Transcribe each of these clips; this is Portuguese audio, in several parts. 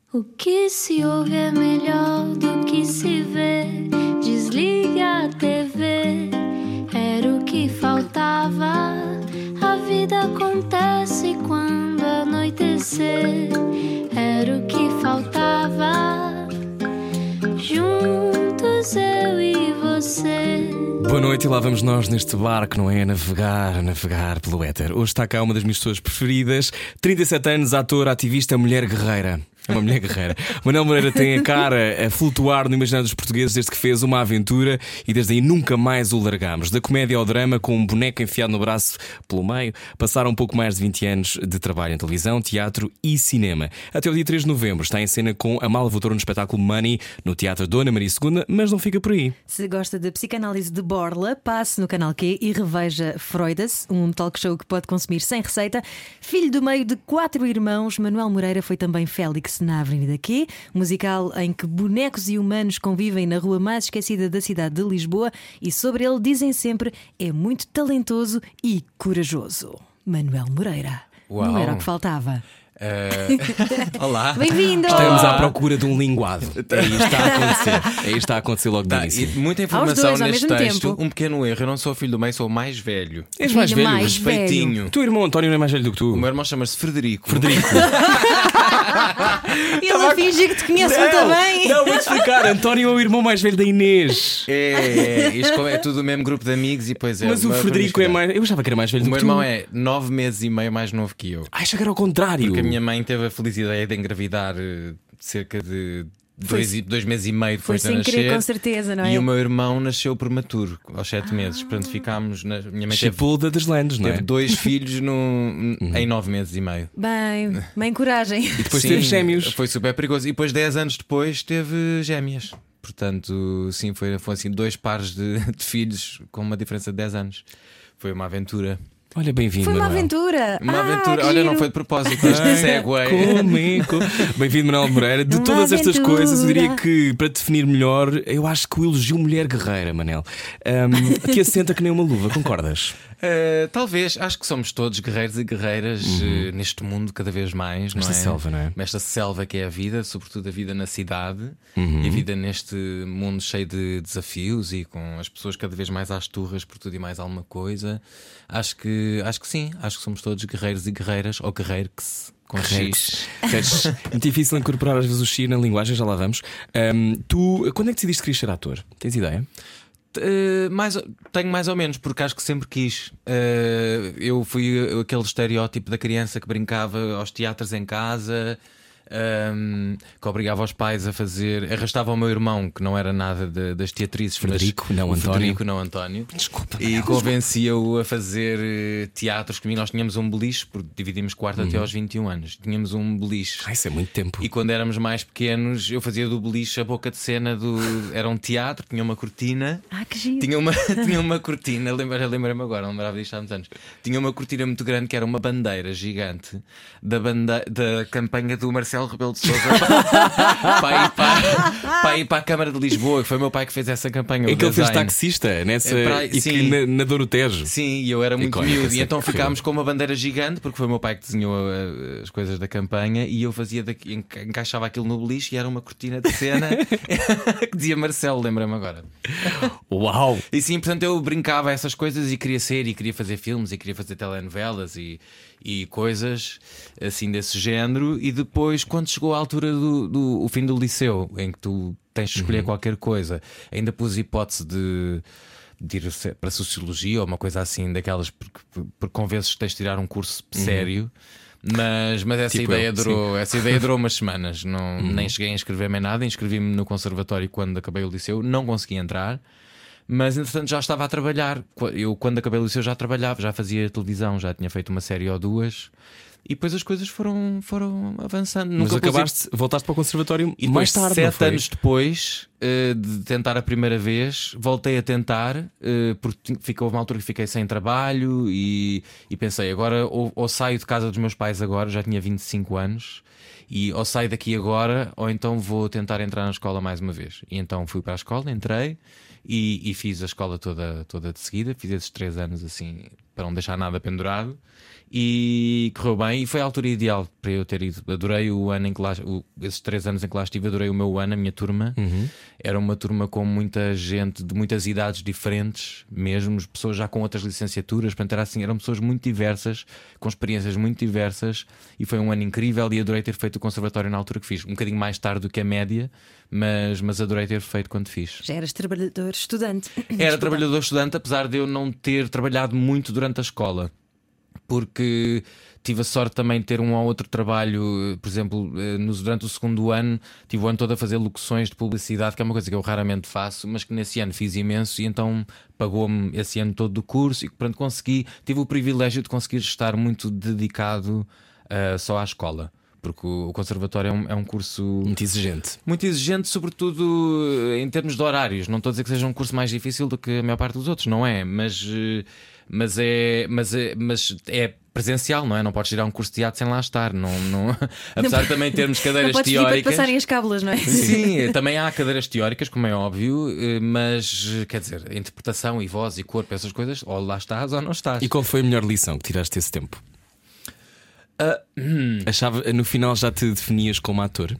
O que se ouve é melhor do que se vê. Desliga a TV, era o que faltava. A vida acontece quando anoitecer, era o que faltava. Juntos eu e você. Boa noite, e lá vamos nós neste barco, não é? Navegar pelo éter. Hoje está cá uma das minhas pessoas preferidas, 37 anos, ator, ativista, mulher guerreira. É uma mulher guerreira. Manuel Moreira tem a cara a flutuar no imaginário dos portugueses desde que fez Uma Aventura e desde aí nunca mais o largamos. Da comédia ao drama, com um boneco enfiado no braço pelo meio, passaram um pouco mais de 20 anos de trabalho em televisão, teatro e cinema. Até o dia 3 de novembro está em cena com Amália Votouro no espetáculo Money, no Teatro Dona Maria II, mas não fica por aí. Se gosta de psicanálise de borla, passe no canal Q e reveja Freudas, um talk show que pode consumir sem receita. Filho do meio de 4 irmãos, Manuel Moreira foi também Félix na Avenida Q, musical em que bonecos e humanos convivem na rua mais esquecida da cidade de Lisboa, e sobre ele dizem sempre: é muito talentoso e corajoso. Manuel Moreira. Uau. Não era o que faltava. Olá. Bem-vindo! Estamos à procura de um linguado. É isto que está a acontecer. É isto que está a acontecer logo no Tá, início. e muita Aos informação dois, ao neste mesmo texto. tempo. Um pequeno erro. Eu não sou o filho do meio, sou o mais velho. És mais Filho velho. mais Respeitinho. O teu irmão António não é mais velho do que tu. O meu irmão chama-se Frederico. Ele a fingir que te conhece muito bem. Não, vou explicar. António é o irmão mais velho da Inês. Isto é tudo o mesmo grupo de amigos e depois é. Mas o Frederico é mais. Eu achava que era mais velho O do meu que tu. irmão é 9 meses e meio mais novo que eu. Acho que era ao contrário. Porque a minha mãe teve a feliz ideia de engravidar cerca de 2 meses e meio Foi depois de sem nascer. querer, com certeza, não é? E o meu irmão nasceu prematuro, aos 7 meses. Portanto, ficámos. Minha mãe teve Chipulda das Landes, não é? 2 filhos em 9 meses e meio. Bem, bem coragem. E depois Sim, teve gêmeos. Foi super perigoso. E depois, 10 anos depois, teve gêmeas. Portanto, sim, foi assim 2 pares de filhos com uma diferença de 10 anos. Foi uma aventura. Olha, bem-vindo. Foi uma Manuel. aventura. Uma aventura. que Olha, giro. não foi de propósito este segue. Comigo. Bem-vindo, Manuel Moreira. De Uma todas estas aventura. coisas, eu diria que, para te definir melhor, eu acho que o elogio mulher guerreira, Manel, te assenta que nem uma luva, concordas? Talvez, acho que somos todos guerreiros e guerreiras neste mundo cada vez mais, Nesta não é? selva, não é? Nesta selva que é a vida, sobretudo a vida na cidade e a vida neste mundo cheio de desafios e com as pessoas cada vez mais às turras por tudo e mais alguma coisa. Acho que sim, acho que somos todos guerreiros e guerreiras, ou guerreiro-que-se. Com X. É difícil incorporar às vezes o X na linguagem, já lá vamos. Tu, quando é que decidiste que querias ser ator? Tens ideia? Tenho mais ou menos, porque acho que sempre quis. Eu fui aquele estereótipo da criança que brincava aos teatros em casa, que obrigava os pais a fazer. Arrastava o meu irmão, que não era nada das teatrizes, Frederico, mas não o António. Frederico, não António. Desculpa. E convencia-o a fazer teatros comigo. Nós tínhamos um beliche, porque dividimos quarto até aos 21 anos. Tínhamos um beliche. Isso é muito tempo. E quando éramos mais pequenos, eu fazia do beliche a boca de cena do. Era um teatro, tinha uma cortina. Que giro. Tinha uma cortina, lembrei-me agora, não lembrava disto há muitos anos. Tinha uma cortina muito grande que era uma bandeira gigante da campanha do Marcelo Rebelo de Sousa para ir para a Câmara de Lisboa, que foi o meu pai que fez essa campanha. É o que ele fez design. taxista nessa, Sim. que na Dor no Tejo. Sim, e eu era muito Icónica, miúdo. sim, E então foi ficámos com uma bandeira gigante, porque foi o meu pai que desenhou as coisas da campanha. E eu fazia encaixava aquilo no beliche e era uma cortina de cena que dizia Marcelo, lembra-me agora. Uau! E sim, portanto eu brincava a essas coisas e queria ser, e queria fazer filmes, e queria fazer telenovelas e coisas assim desse género. E depois, quando chegou a altura do fim do liceu, em que tu tens de escolher qualquer coisa, ainda pus hipótese de ir para Sociologia ou uma coisa assim, daquelas, porque com vezes tens de tirar um curso sério. Mas essa, Tipo ideia eu, essa ideia durou umas semanas. Nem cheguei a inscrever-me em nada. Inscrevi-me no conservatório quando acabei o liceu. Não consegui entrar, mas entretanto já estava a trabalhar. Eu, quando acabei o liceu, já trabalhava, já fazia televisão, já tinha feito uma série ou duas. E depois as coisas foram avançando. Mas voltaste para o conservatório E mais depois, tarde, 7 anos depois de tentar a primeira vez, voltei a tentar, porque houve uma altura que fiquei sem trabalho e pensei, agora ou saio de casa dos meus pais agora, já tinha 25 anos, e ou saio daqui agora, ou então vou tentar entrar na escola mais uma vez. E então fui para a escola, entrei e fiz a escola toda de seguida. Fiz esses 3 anos assim para não deixar nada pendurado. E correu bem, e foi a altura ideal para eu ter ido. Adorei o ano em que lá, esses 3 anos em que lá estive, adorei o meu ano, a minha turma. Era uma turma com muita gente de muitas idades diferentes, mesmo pessoas já com outras licenciaturas. Portanto, era assim, eram pessoas muito diversas, com experiências muito diversas, e foi um ano incrível. E adorei ter feito o conservatório na altura que fiz, um bocadinho mais tarde do que a média, mas adorei ter feito quando fiz. Já eras trabalhador estudante. Era trabalhador estudante, apesar de eu não ter trabalhado muito durante a escola, porque tive a sorte também de ter um ou outro trabalho. Por exemplo, durante o segundo ano tive o ano todo a fazer locuções de publicidade, que é uma coisa que eu raramente faço, mas que nesse ano fiz imenso, e então pagou-me esse ano todo do curso. E pronto, tive o privilégio de conseguir estar muito dedicado só à escola, porque o conservatório é um curso muito exigente. Muito exigente, sobretudo em termos de horários. Não estou a dizer que seja um curso mais difícil do que a maior parte dos outros, não é? Mas é presencial, não é? Não podes ir a um curso de teatro sem lá estar. Apesar de também termos cadeiras não teóricas. Para passarem as cábulas, não é? Sim, também há cadeiras teóricas, como é óbvio, mas quer dizer, interpretação e voz e corpo, essas coisas, ou lá estás ou não estás. E qual foi a melhor lição que tiraste esse tempo? No final já te definias como ator?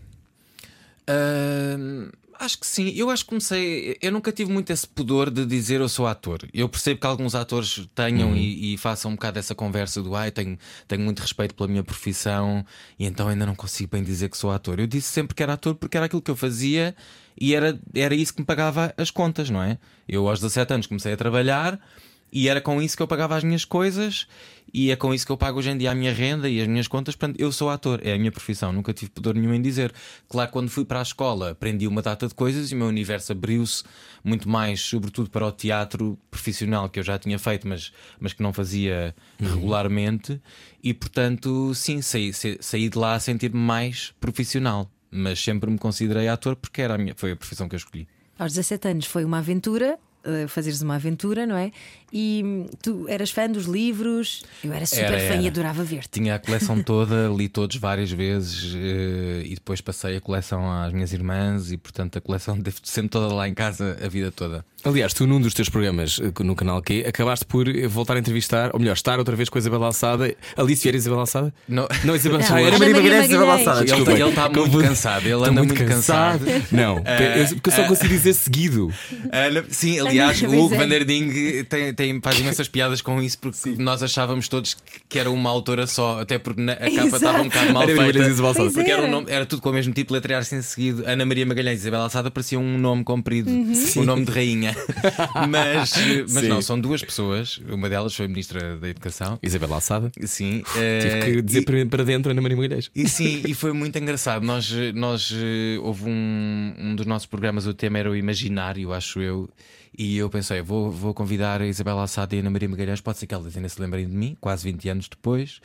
Acho que sim. Eu acho que comecei. Eu nunca tive muito esse pudor de dizer eu sou ator. Eu percebo que alguns atores tenham e façam um bocado essa conversa do tenho muito respeito pela minha profissão e então ainda não consigo bem dizer que sou ator. Eu disse sempre que era ator porque era aquilo que eu fazia e era isso que me pagava as contas, não é? Eu aos 17 anos comecei a trabalhar e era com isso que eu pagava as minhas coisas, e é com isso que eu pago hoje em dia a minha renda e as minhas contas. Portanto, eu sou ator, é a minha profissão, nunca tive pudor nenhum em dizer. Claro, quando fui para a escola aprendi uma data de coisas e o meu universo abriu-se muito mais, sobretudo para o teatro profissional que eu já tinha feito, mas que não fazia regularmente. E portanto, sim, saí de lá a sentir-me mais profissional, mas sempre me considerei ator porque foi a profissão que eu escolhi. Aos 17 anos foi uma aventura, fazeres uma aventura, não é? E tu eras fã dos livros? Eu era super fã e adorava ver-te. Tinha a coleção toda, li todos várias vezes, e depois passei a coleção às minhas irmãs, e portanto a coleção devo sempre toda lá em casa a vida toda. Aliás, tu num dos teus programas no canal Q acabaste por voltar a entrevistar, ou melhor, estar outra vez com a Isabel Alçada. Alice, era Isabel Alçada? Não, Isabel Não, era Maria Magalhães e Isabel Alçada. Ele está muito cansado, ele anda muito cansado. Não, porque eu só consigo dizer seguido. Sim, aliás, o Hugo Van der Ding faz imensas piadas com isso, porque nós achávamos todos que era uma autora só, até porque a capa estava um bocado mal feita, porque era tudo com o mesmo tipo, letrear-se em seguida. Ana Maria Magalhães e Isabel Alçada parecia um nome comprido, um nome de rainha. Mas não, são duas pessoas. Uma delas foi a Ministra da Educação, Isabel Alçada. Sim, tive que dizer para dentro Ana Maria Magalhães. E sim, e foi muito engraçado. Nós houve um dos nossos programas, o tema era o imaginário, acho eu. E eu pensei, vou convidar a Isabel Alçada e a Ana Maria Magalhães. Pode ser que elas ainda se lembrem de mim, quase 20 anos depois.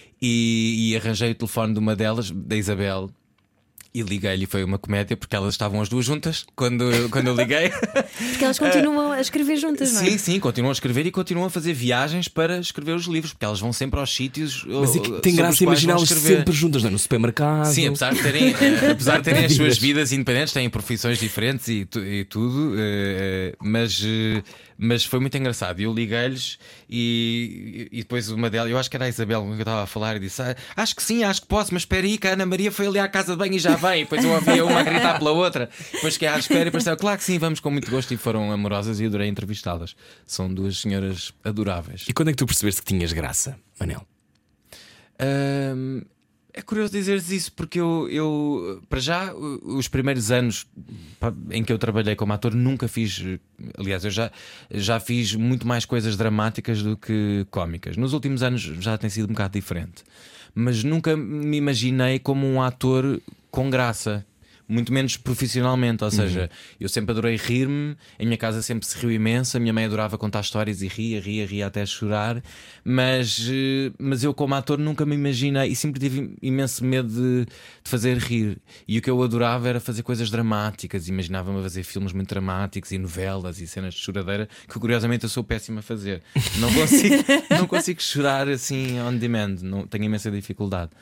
E arranjei o telefone de uma delas, da Isabel, e liguei-lhe. Foi uma comédia, porque elas estavam as duas juntas quando eu liguei. Porque elas continuam a escrever juntas, não é? Sim, continuam a escrever e continuam a fazer viagens para escrever os livros, porque elas vão sempre aos sítios. Mas tem graça imaginá-las sempre juntas, não é? No supermercado. Sim, apesar de terem as suas vidas independentes, têm profissões diferentes e tudo, mas foi muito engraçado. Eu liguei-lhes e depois uma delas, eu acho que era a Isabel com quem eu estava a falar, e disse: acho que sim, acho que posso, mas espera aí, que a Ana Maria foi ali à casa de banho e já vem. E depois eu ouvia uma a gritar pela outra. Depois fiquei à espera e pensei: claro que sim, vamos com muito gosto. E foram amorosas e adorei entrevistá-las. São duas senhoras adoráveis. E quando é que tu percebeste que tinhas graça, Manel? É curioso dizeres isso, porque eu para já, os primeiros anos em que eu trabalhei como ator, nunca fiz. Aliás, eu já fiz muito mais coisas dramáticas do que cómicas. Nos últimos anos já tem sido um bocado diferente, mas nunca me imaginei como um ator com graça. Muito menos profissionalmente, ou seja, eu sempre adorei rir-me, em minha casa sempre se riu imenso, a minha mãe adorava contar histórias e ria até chorar, mas eu como ator nunca me imaginei e sempre tive imenso medo de fazer rir. E o que eu adorava era fazer coisas dramáticas, imaginava-me a fazer filmes muito dramáticos e novelas e cenas de choradeira, que curiosamente eu sou péssimo a fazer. Não consigo chorar assim on demand, tenho imensa dificuldade.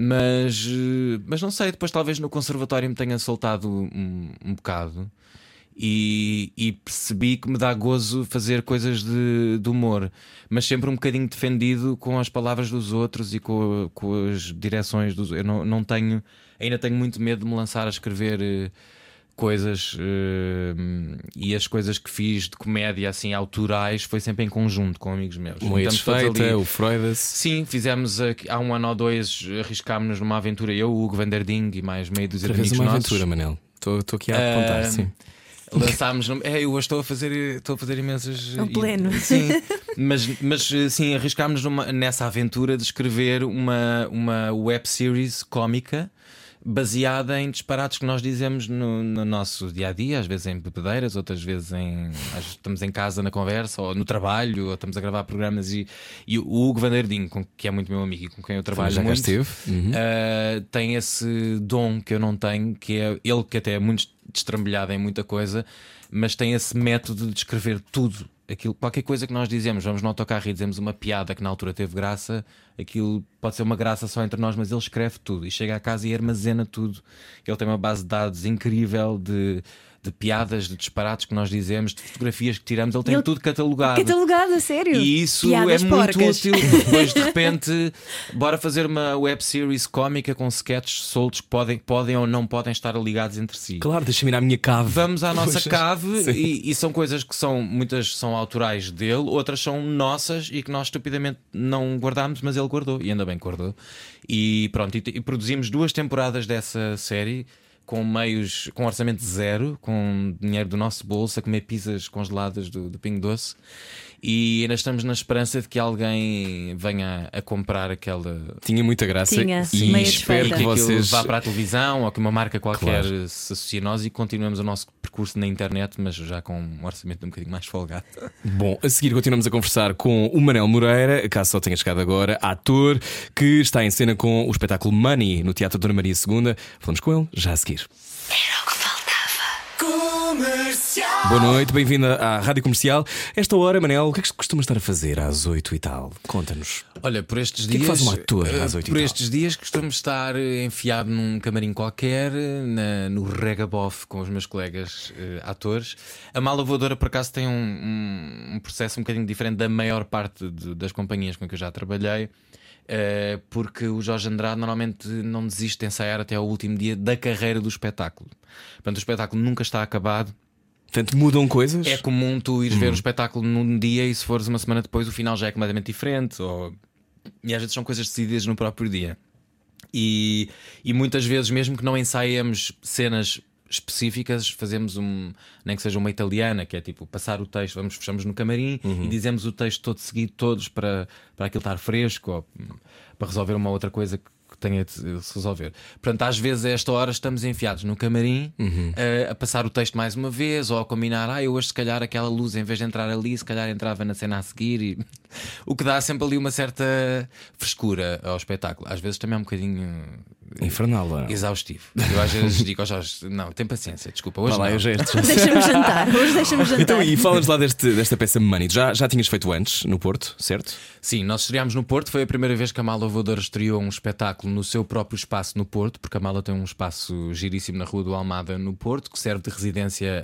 Mas não sei, depois talvez no conservatório me tenha soltado um bocado e percebi que me dá gozo fazer coisas de humor, mas sempre um bocadinho defendido com as palavras dos outros e com as direções dos. Eu não tenho, ainda tenho muito medo de me lançar a escrever coisas, e as coisas que fiz de comédia assim autorais foi sempre em conjunto com amigos meus. Moeda Desfeita, o Freudas. Sim, fizemos há 1 ano ou 2, arriscámos-nos numa aventura, eu, o Hugo Van der Ding e mais meio dos amigos uma nossos. aventura, Manel. Estou aqui a apontar, sim. Lançámos, eu hoje estou a fazer imensas. Um pleno. Sim, mas sim, arriscámos nessa aventura de escrever uma web series cómica baseada em disparates que nós dizemos no nosso dia a dia, às vezes em bebedeiras, outras vezes estamos em casa na conversa, ou no trabalho, ou estamos a gravar programas. E o Hugo Van der Ding, que é muito meu amigo e com quem eu trabalho já muito, tem esse dom que eu não tenho, que é ele que até é muito destrambelhado em muita coisa, mas tem esse método de escrever tudo. Qualquer coisa que nós dizemos, vamos no autocarro e dizemos uma piada que na altura teve graça, aquilo pode ser uma graça só entre nós, mas ele escreve tudo e chega a casa e armazena tudo. Ele tem uma base de dados incrível de piadas, de disparates que nós dizemos, de fotografias que tiramos, ele tem tudo catalogado. Catalogado, a sério. E isso Piadas é muito porcas. útil. Depois de repente, bora fazer uma web series cómica com sketches soltos que podem ou não podem estar ligados entre si. Claro, deixa-me ir à minha cave. Vamos à nossa cave Sim. e são coisas que muitas são autorais dele, outras são nossas e que nós estupidamente não guardámos, mas ele guardou, e ainda bem que guardou. E pronto, e produzimos 2 temporadas dessa série com meios, com orçamento zero, com dinheiro do nosso bolso, a comer pizzas congeladas do Pingo Doce. E ainda estamos na esperança de que alguém venha a comprar aquela. Tinha muita graça. Tinha, e meia espero desfeita. que vocês vá para a televisão ou que uma marca qualquer Claro. se associe a nós e continuemos o nosso percurso na internet, mas já com um orçamento um bocadinho mais folgado. Bom, a seguir continuamos a conversar com o Manel Moreira, caso só tenha chegado agora, ator que está em cena com o espetáculo Money no Teatro Dona Maria II. Falamos com ele já a seguir. Boa noite, bem-vinda à Rádio Comercial. Esta hora, Manel, o que é que costuma estar a fazer às 8 e tal? Conta-nos. Olha, por estes que é dias. que faz um ator às 8 e Por tal? estes dias costumo estar enfiado num camarim qualquer, no Regabof com os meus colegas atores. A Mala Voadora, por acaso, tem um processo um bocadinho diferente da maior parte das companhias com que eu já trabalhei. Porque o Jorge Andrade normalmente não desiste de ensaiar até ao último dia da carreira do espetáculo. Portanto, o espetáculo nunca está acabado. Portanto, mudam coisas? É comum tu ires ver o espetáculo num dia e se fores uma semana depois o final já é completamente diferente. E às vezes são coisas decididas no próprio dia. E muitas vezes, mesmo que não ensaiemos cenas específicas, fazemos nem que seja uma italiana, que é tipo passar o texto, fechamos no camarim e dizemos o texto todo seguido, todos para aquilo estar fresco ou para resolver uma outra coisa que tenha de se resolver. Portanto, às vezes a esta hora estamos enfiados no camarim a passar o texto mais uma vez ou a combinar, eu hoje se calhar aquela luz em vez de entrar ali, se calhar entrava na cena a seguir o que dá sempre ali uma certa frescura ao espetáculo. Às vezes também é um bocadinho infernal, não é? Exaustivo. Eu às vezes digo ao Jorge, não, tem paciência, desculpa, hoje Lá, não. eu já Deixa-me jantar. Hoje deixa-me jantar. Então, e falas lá desta peça Money. Já tinhas feito antes no Porto, certo? Sim, nós estreámos no Porto. Foi a primeira vez que a Mala Voadora estreou um espetáculo no seu próprio espaço no Porto, porque a Mala tem um espaço giríssimo na Rua do Almada, no Porto, que serve de residência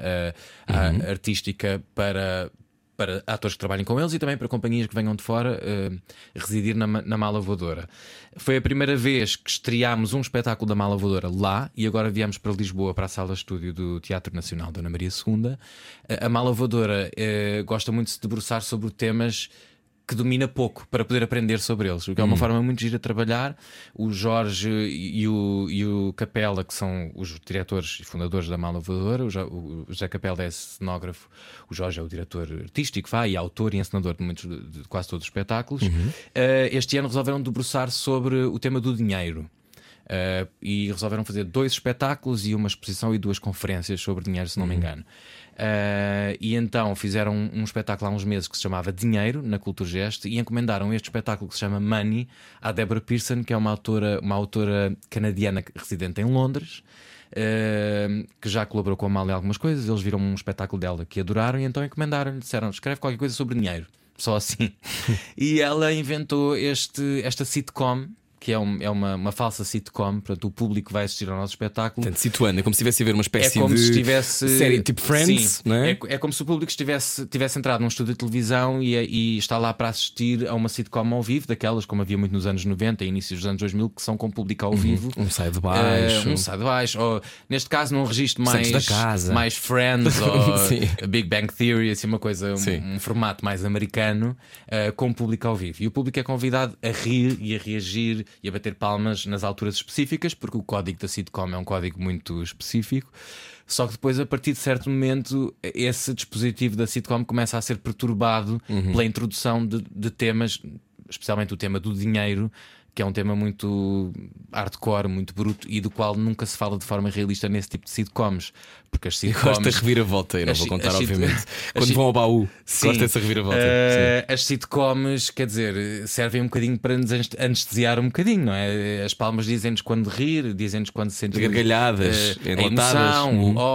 artística para atores que trabalhem com eles e também para companhias que venham de fora residir na Mala Voadora. Foi a primeira vez que estreámos um espetáculo da Mala Voadora lá e agora viemos para Lisboa, para a sala estúdio do Teatro Nacional Dona Maria II. A Mala Voadora gosta muito de se debruçar sobre temas que domina pouco para poder aprender sobre eles, o que é uma forma muito gira de trabalhar. O Jorge e o Capela, que são os diretores e fundadores da Mala Voadora, o José Capela é cenógrafo, o Jorge é o diretor artístico e autor e encenador de quase todos os espetáculos. Este ano resolveram debruçar sobre o tema do dinheiro. E resolveram fazer 2 espetáculos e uma exposição e 2 conferências sobre dinheiro, se não me engano. E então fizeram um espetáculo há uns meses que se chamava Dinheiro, na Culturgest, e encomendaram este espetáculo que se chama Money à Deborah Pearson, que é uma autora canadiana residente em Londres, que já colaborou com a Mala em algumas coisas. Eles viram um espetáculo dela que adoraram e então encomendaram-lhe, disseram: escreve qualquer coisa sobre dinheiro, só assim. E ela inventou esta sitcom que é uma falsa sitcom. Portanto, o público vai assistir ao nosso espetáculo. Portanto, situando, é como se estivesse a ver uma espécie como de se estivesse série tipo Friends, sim, não é? É como se o público tivesse entrado num estúdio de televisão e está lá para assistir a uma sitcom ao vivo, daquelas como havia muito nos anos 90 e inícios dos anos 2000, que são com público ao vivo. Um sai de baixo. Ou neste caso num registro Santos da casa. mais Friends ou Sim. a Big Bang Theory, assim, uma coisa, Sim. um formato mais americano, com público ao vivo. E o público é convidado a rir e a reagir e a bater palmas nas alturas específicas, porque o código da sitcom é um código muito específico. Só que depois, a partir de certo momento, esse dispositivo da sitcom começa a ser perturbado pela introdução de temas, especialmente o tema do dinheiro, que é um tema muito hardcore, muito bruto e do qual nunca se fala de forma realista nesse tipo de sitcoms. Porque as sitcoms. Gosto da reviravolta, eu não vou contar, obviamente. Quando vão ao baú, gosto dessa reviravolta. As sitcoms, quer dizer, servem um bocadinho para nos anestesiar um bocadinho, não é? As palmas dizem-nos quando rir, dizem-nos quando se sente gargalhadas, enlatadas,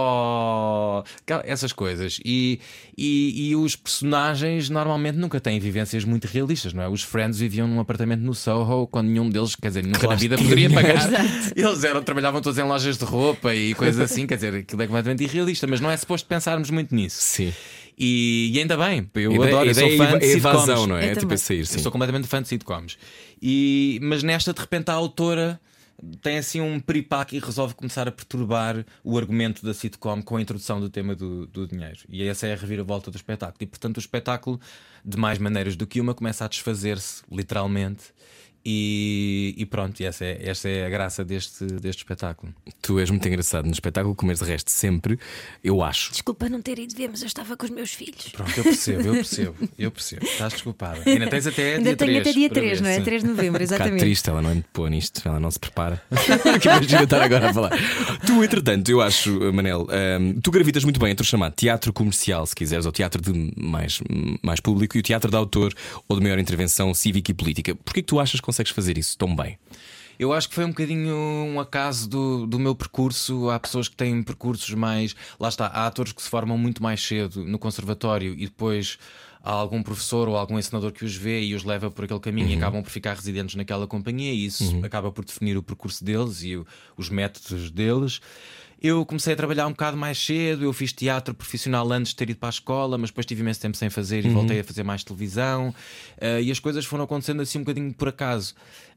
essas coisas. E os personagens normalmente nunca têm vivências muito realistas, não é? Os Friends viviam num apartamento no Soho quando nenhum deles, quer dizer, nunca na vida poderia pagar. Eles trabalhavam todos em lojas de roupa e coisas assim, quer dizer, aquilo é completamente irrealista, mas não é suposto pensarmos muito nisso. Sim. E ainda bem, eu adoro, eu sou fã de evasão, sitcoms. não é? Eu Tipo a sair, sim. Eu sou completamente fã de sitcoms. Mas nesta, de repente, a autora tem assim um piripaque e resolve começar a perturbar o argumento da sitcom com a introdução do tema do dinheiro. E essa é a reviravolta do espetáculo. E portanto, o espetáculo, de mais maneiras do que uma, começa a desfazer-se, literalmente. E pronto, essa é a graça deste espetáculo. Tu és muito engraçado no espetáculo, como és de resto sempre, eu acho. Desculpa não ter ido ver, mas eu estava com os meus filhos. Pronto, eu percebo. Estás desculpada. Ainda tens até Ainda dia 3. tenho até dia 3, não é? Sim. 3 de novembro, Um bocado exatamente. triste, ela não é muito boa nisto, ela não se prepara. Que imagina estar agora a falar. Tu, entretanto, eu acho, Manel, tu gravitas muito bem entre o chamado teatro comercial, se quiseres, ou teatro de mais público, e o teatro de autor ou de maior intervenção cívica e política. Porquê que tu achas que consegues fazer isso tão bem? Eu acho que foi um bocadinho um acaso do meu percurso. Há pessoas que têm percursos mais. Lá está, há atores que se formam muito mais cedo no conservatório e depois há algum professor ou algum encenador que os vê e os leva por aquele caminho e acabam por ficar residentes naquela companhia, e isso acaba por definir o percurso deles e os métodos deles. Eu comecei a trabalhar um bocado mais cedo. Eu fiz teatro profissional antes de ter ido para a escola, mas depois tive imenso tempo sem fazer e voltei a fazer mais televisão. E as coisas foram acontecendo assim um bocadinho por acaso.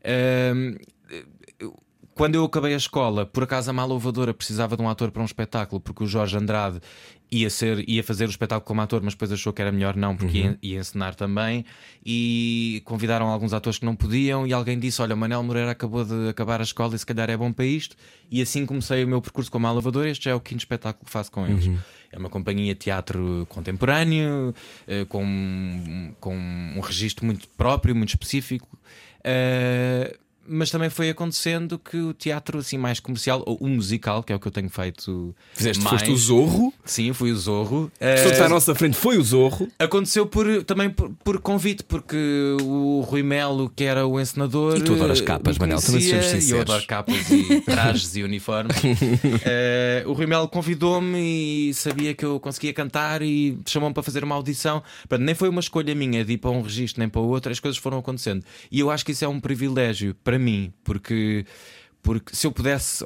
Quando eu acabei a escola, por acaso a Malvadora precisava de um ator para um espetáculo, porque o Jorge Andrade ia fazer o espetáculo como ator, mas depois achou que era melhor não, porque ia encenar também. E convidaram alguns atores que não podiam, e alguém disse: olha, Manel Moreira acabou de acabar a escola e se calhar é bom para isto. E assim comecei o meu percurso com a Malvadora. Este já é o quinto espetáculo que faço com eles. É uma companhia de teatro contemporâneo, com um registro muito próprio, muito específico. Mas também foi acontecendo que o teatro assim mais comercial, ou o musical, que é o que eu tenho feito. Foste o Zorro? Sim, eu fui o Zorro. A pessoa que está à nossa frente foi o Zorro. Aconteceu também por convite, porque o Rui Melo, que era o encenador. E tu adoras capas, Manel, também sejamos sinceros. E eu adoro capas e trajes e uniformes. O Rui Melo convidou-me e sabia que eu conseguia cantar e chamou-me para fazer uma audição. Portanto, nem foi uma escolha minha de ir para um registro nem para o outro, as coisas foram acontecendo. E eu acho que isso é um privilégio para mim, porque se eu pudesse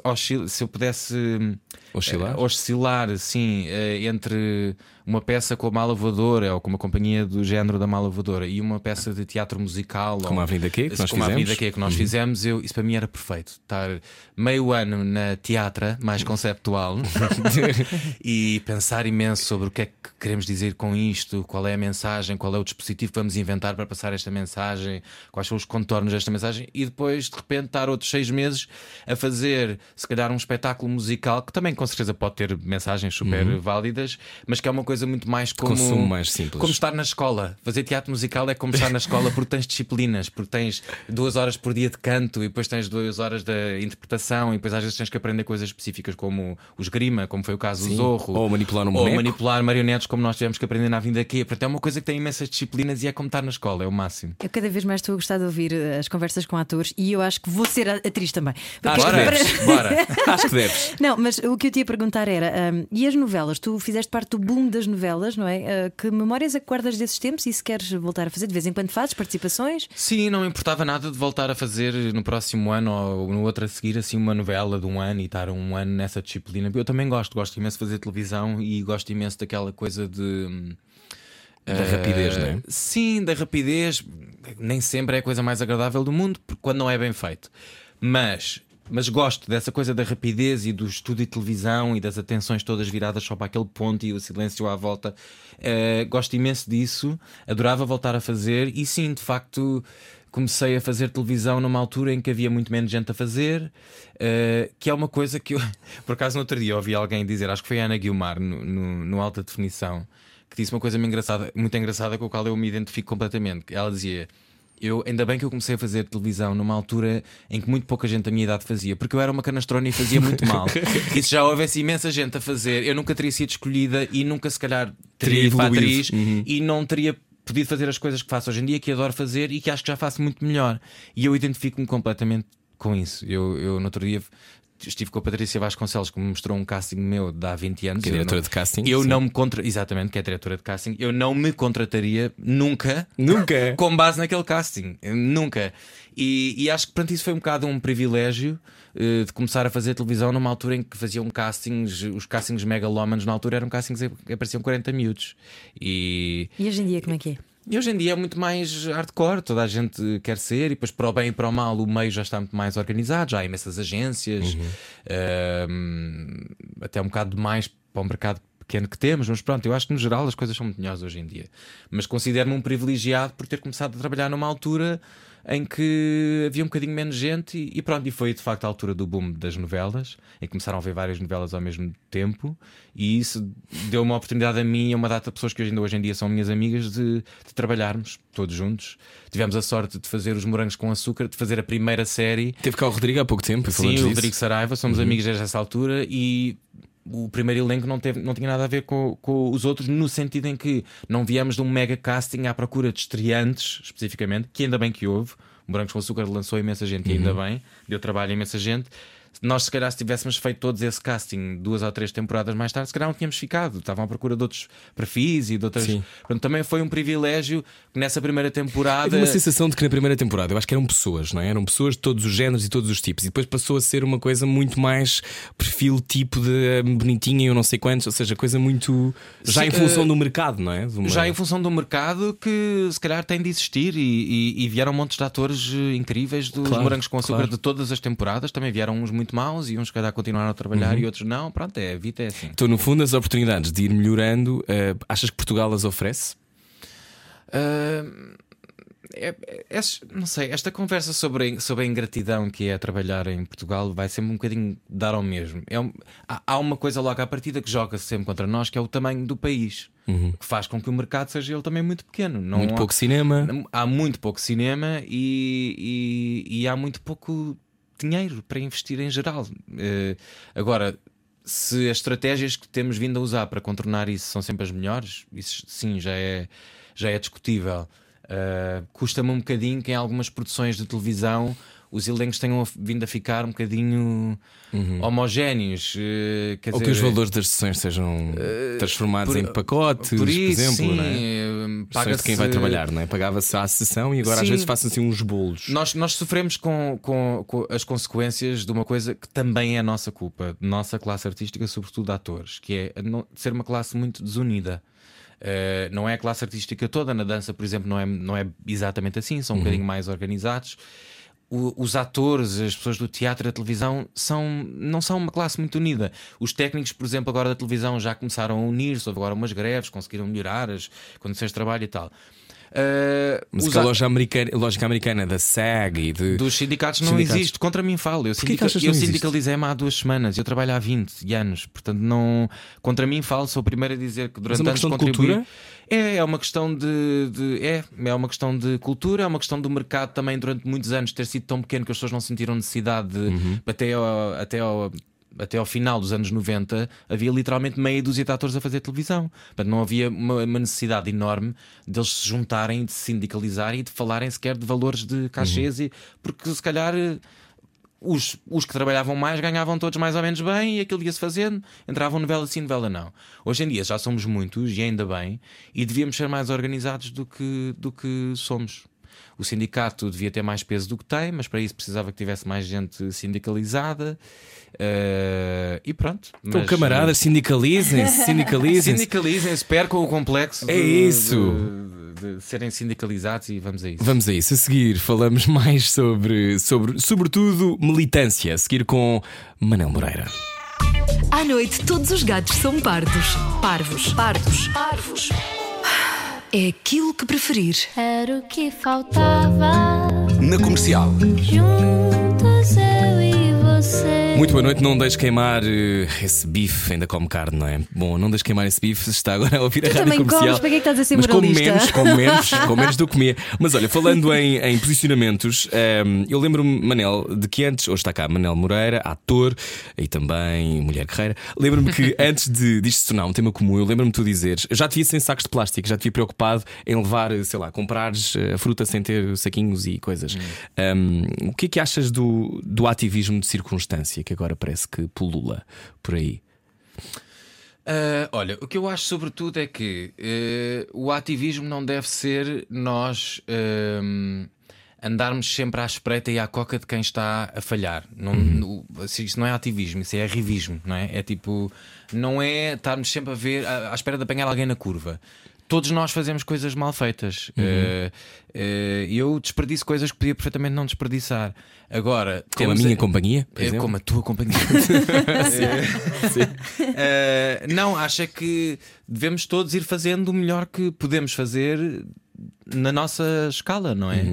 oscilar assim, entre uma peça com a Malvadora ou com uma companhia do género da Malvadora e uma peça de teatro musical como a Avenida Q, que nós como a fizemos, Avenida Q, que nós fizemos, isso para mim era perfeito. Estar meio ano na teatra mais conceptual e pensar imenso sobre o que é que queremos dizer com isto, qual é a mensagem, qual é o dispositivo que vamos inventar para passar esta mensagem, quais são os contornos desta mensagem, e depois de repente estar outros 6 meses a fazer se calhar um espetáculo musical que também com certeza pode ter mensagens super válidas, mas que é uma coisa muito mais consumo mais simples, como estar na escola. Fazer teatro musical é como estar na escola, porque tens disciplinas, porque tens 2 horas por dia de canto e depois tens 2 horas de interpretação e depois às vezes tens que aprender coisas específicas como o esgrima, como foi o caso do Zorro, ou manipular um boneco, ou manipular marionetes, como nós tivemos que aprender na Avenida Q. Portanto, é uma coisa que tem imensas disciplinas e é como estar na escola, é o máximo. Eu cada vez mais estou a gostar de ouvir as conversas com atores e eu acho que vou ser atriz também. Bora. Acho que deves. Não, mas O que eu te ia perguntar era: e as novelas? Tu fizeste parte do boom das novelas, não é? Que memórias é que guardas desses tempos e se queres voltar a fazer? De vez em quando fazes participações? Sim, não importava nada de voltar a fazer no próximo ano ou no outro a seguir assim uma novela de um ano e estar um ano nessa disciplina. Eu também gosto imenso de fazer televisão e gosto imenso daquela coisa de. Da rapidez, não é? Sim, da rapidez. Nem sempre é a coisa mais agradável do mundo, porque quando não é bem feito. Mas gosto dessa coisa da rapidez e do estúdio de televisão e das atenções todas viradas só para aquele ponto e o silêncio à volta. Gosto imenso disso. Adorava voltar a fazer. E sim, de facto, comecei a fazer televisão numa altura em que havia muito menos gente a fazer, que é uma coisa que eu, por acaso, no outro dia ouvi alguém dizer, acho que foi a Ana Guiomar no Alta Definição, que disse uma coisa muito engraçada com a qual eu me identifico completamente. Ela dizia: ainda bem que eu comecei a fazer televisão numa altura em que muito pouca gente da minha idade fazia, porque eu era uma canastrona e fazia muito mal. E se já houvesse imensa gente a fazer, eu nunca teria sido escolhida e nunca se calhar teria ido para a atriz e não teria podido fazer as coisas que faço hoje em dia, que adoro fazer e que acho que já faço muito melhor. E eu identifico-me completamente com isso. Eu no outro dia estive com a Patrícia Vasconcelos, que me mostrou um casting meu de há 20 anos. Que é diretora de casting. Eu não me Exatamente, que é diretora de casting. Eu não me contrataria nunca com base naquele casting. Nunca. E acho que, portanto, isso foi um bocado um privilégio de começar a fazer televisão numa altura em que faziam castings. Os castings megalómanos na altura eram castings que apareciam 40 miúdos. E hoje em dia como é que é? E hoje em dia é muito mais hardcore, toda a gente quer ser, e depois, para o bem e para o mal, o meio já está muito mais organizado, já há imensas agências, até um bocado demais para o mercado pequeno que temos, mas pronto, eu acho que no geral as coisas são muito melhores hoje em dia. Mas considero-me um privilegiado por ter começado a trabalhar numa altura em que havia um bocadinho menos gente e pronto, e foi de facto a altura do boom das novelas, em que começaram a ver várias novelas ao mesmo tempo, e isso deu uma oportunidade a mim e a uma data de pessoas que hoje em dia são minhas amigas de trabalharmos todos juntos. Tivemos a sorte de fazer Os Morangos com Açúcar, de fazer a primeira série. Teve cá o Rodrigo há pouco tempo. Sim, o Rodrigo Saraiva, somos amigos desde essa altura e o primeiro elenco não tinha nada a ver com os outros, no sentido em que não viemos de um mega casting à procura de estreantes, especificamente, que ainda bem que houve. O Morangos com Açúcar lançou imensa gente, e ainda bem, deu trabalho a imensa gente. Nós, se calhar, se tivéssemos feito todos esse casting 2 ou 3 temporadas mais tarde, se calhar não tínhamos ficado. Estavam à procura de outros perfis e de outras. Portanto, também foi um privilégio que nessa primeira temporada. Uma sensação de que na primeira temporada eu acho que eram pessoas, não é? Eram pessoas de todos os géneros e todos os tipos. E depois passou a ser uma coisa muito mais perfil tipo de bonitinha e eu não sei quantos, ou seja, coisa muito. Já em função do mercado, não é? Já em função do mercado que se calhar tem de existir e vieram montes de atores incríveis dos Morangos com Açúcar de todas as temporadas. Também vieram uns muito maus e uns que continuaram a trabalhar e outros não. Pronto, a vida é assim. Então, no fundo, as oportunidades de ir melhorando, achas que Portugal as oferece? Não sei, esta conversa sobre a ingratidão que é trabalhar em Portugal vai sempre um bocadinho dar ao mesmo. Há uma coisa logo à partida que joga-se sempre contra nós, que é o tamanho do país, que faz com que o mercado seja ele também muito pequeno. Pouco cinema. Há muito pouco cinema e há muito pouco dinheiro para investir em geral. Agora, se as estratégias que temos vindo a usar para contornar isso são sempre as melhores, isso sim já é discutível. Custa-me um bocadinho que em algumas produções de televisão os elencos tenham vindo a ficar um bocadinho homogéneos. Quer ou dizer, que os valores das sessões sejam transformados em pacotes, por exemplo, sim, não é? Paga-se quem vai trabalhar, não é? Pagava-se à sessão e agora às vezes fazem assim uns bolos. Nós sofremos com as consequências de uma coisa que também é nossa culpa, nossa classe artística, sobretudo atores, que é ser uma classe muito desunida. Não é a classe artística toda. Na dança, por exemplo, não é exatamente assim, são um bocadinho mais organizados. Os atores, as pessoas do teatro e da televisão não são uma classe muito unida. Os técnicos, por exemplo, agora da televisão já começaram a unir-se, houve agora umas greves, conseguiram melhorar as condições de trabalho e tal. Mas que a lógica americana da SAG e dos sindicatos não existe. Contra mim falo. Eu sindicalizei-me há 2 semanas. Eu trabalho há 20 anos. Portanto, não. Contra mim falo. Sou o primeiro a dizer que durante anos contribuí. É uma questão é uma questão de cultura, é uma questão do mercado também durante muitos anos ter sido tão pequeno que as pessoas não sentiram necessidade de, até ao final dos anos 90 havia literalmente meia dúzia de atores a fazer televisão. Portanto, não havia uma necessidade enorme deles se juntarem, de se sindicalizarem e de falarem sequer de valores de cachês, porque se calhar os que trabalhavam mais ganhavam todos mais ou menos bem e aquilo ia-se fazendo, entravam novela sim, novela não. Hoje em dia já somos muitos e ainda bem, e devíamos ser mais organizados do que somos. O sindicato devia ter mais peso do que tem, mas para isso precisava que tivesse mais gente sindicalizada. E pronto. Então, camaradas, sindicalizem-se. Sindicalizem-se, percam o complexo de serem sindicalizados e vamos a isso. Vamos a isso. A seguir falamos mais sobretudo, militância. A seguir com Manel Moreira. À noite todos os gatos são pardos. Parvos. É aquilo que preferir. Era o que faltava. Na Comercial. Juntos eu e você. Muito boa noite, não deixes queimar esse bife, ainda come carne, não é? Bom, não deixes queimar esse bife, se está agora a ouvir a rádio também comercial. comes, para que é que estás a ser mas moralista? com menos do que comia. Mas olha, falando em posicionamentos, eu lembro-me, Manel, de que antes, hoje está cá Manel Moreira, ator e também mulher guerreira. Lembro-me que antes disto se tornar um tema comum, eu lembro-me de tu dizeres, eu já te vi sem sacos de plástico, já te vi preocupado em levar, sei lá, comprares a fruta sem ter saquinhos e coisas. O que é que achas do ativismo de circunstância que agora parece que pulula por aí? Olha, o que eu acho sobretudo é que o ativismo não deve ser nós andarmos sempre à espreita e à coca de quem está a falhar. Isso não é ativismo, isso é arrivismo, não é? É tipo, não é estarmos sempre a ver à espera de apanhar alguém na curva. Todos nós fazemos coisas mal feitas. Eu desperdiço coisas que podia perfeitamente não desperdiçar. Agora, como a minha companhia, por exemplo? Como a tua companhia. Não, acho que devemos todos ir fazendo o melhor que podemos fazer na nossa escala, não é?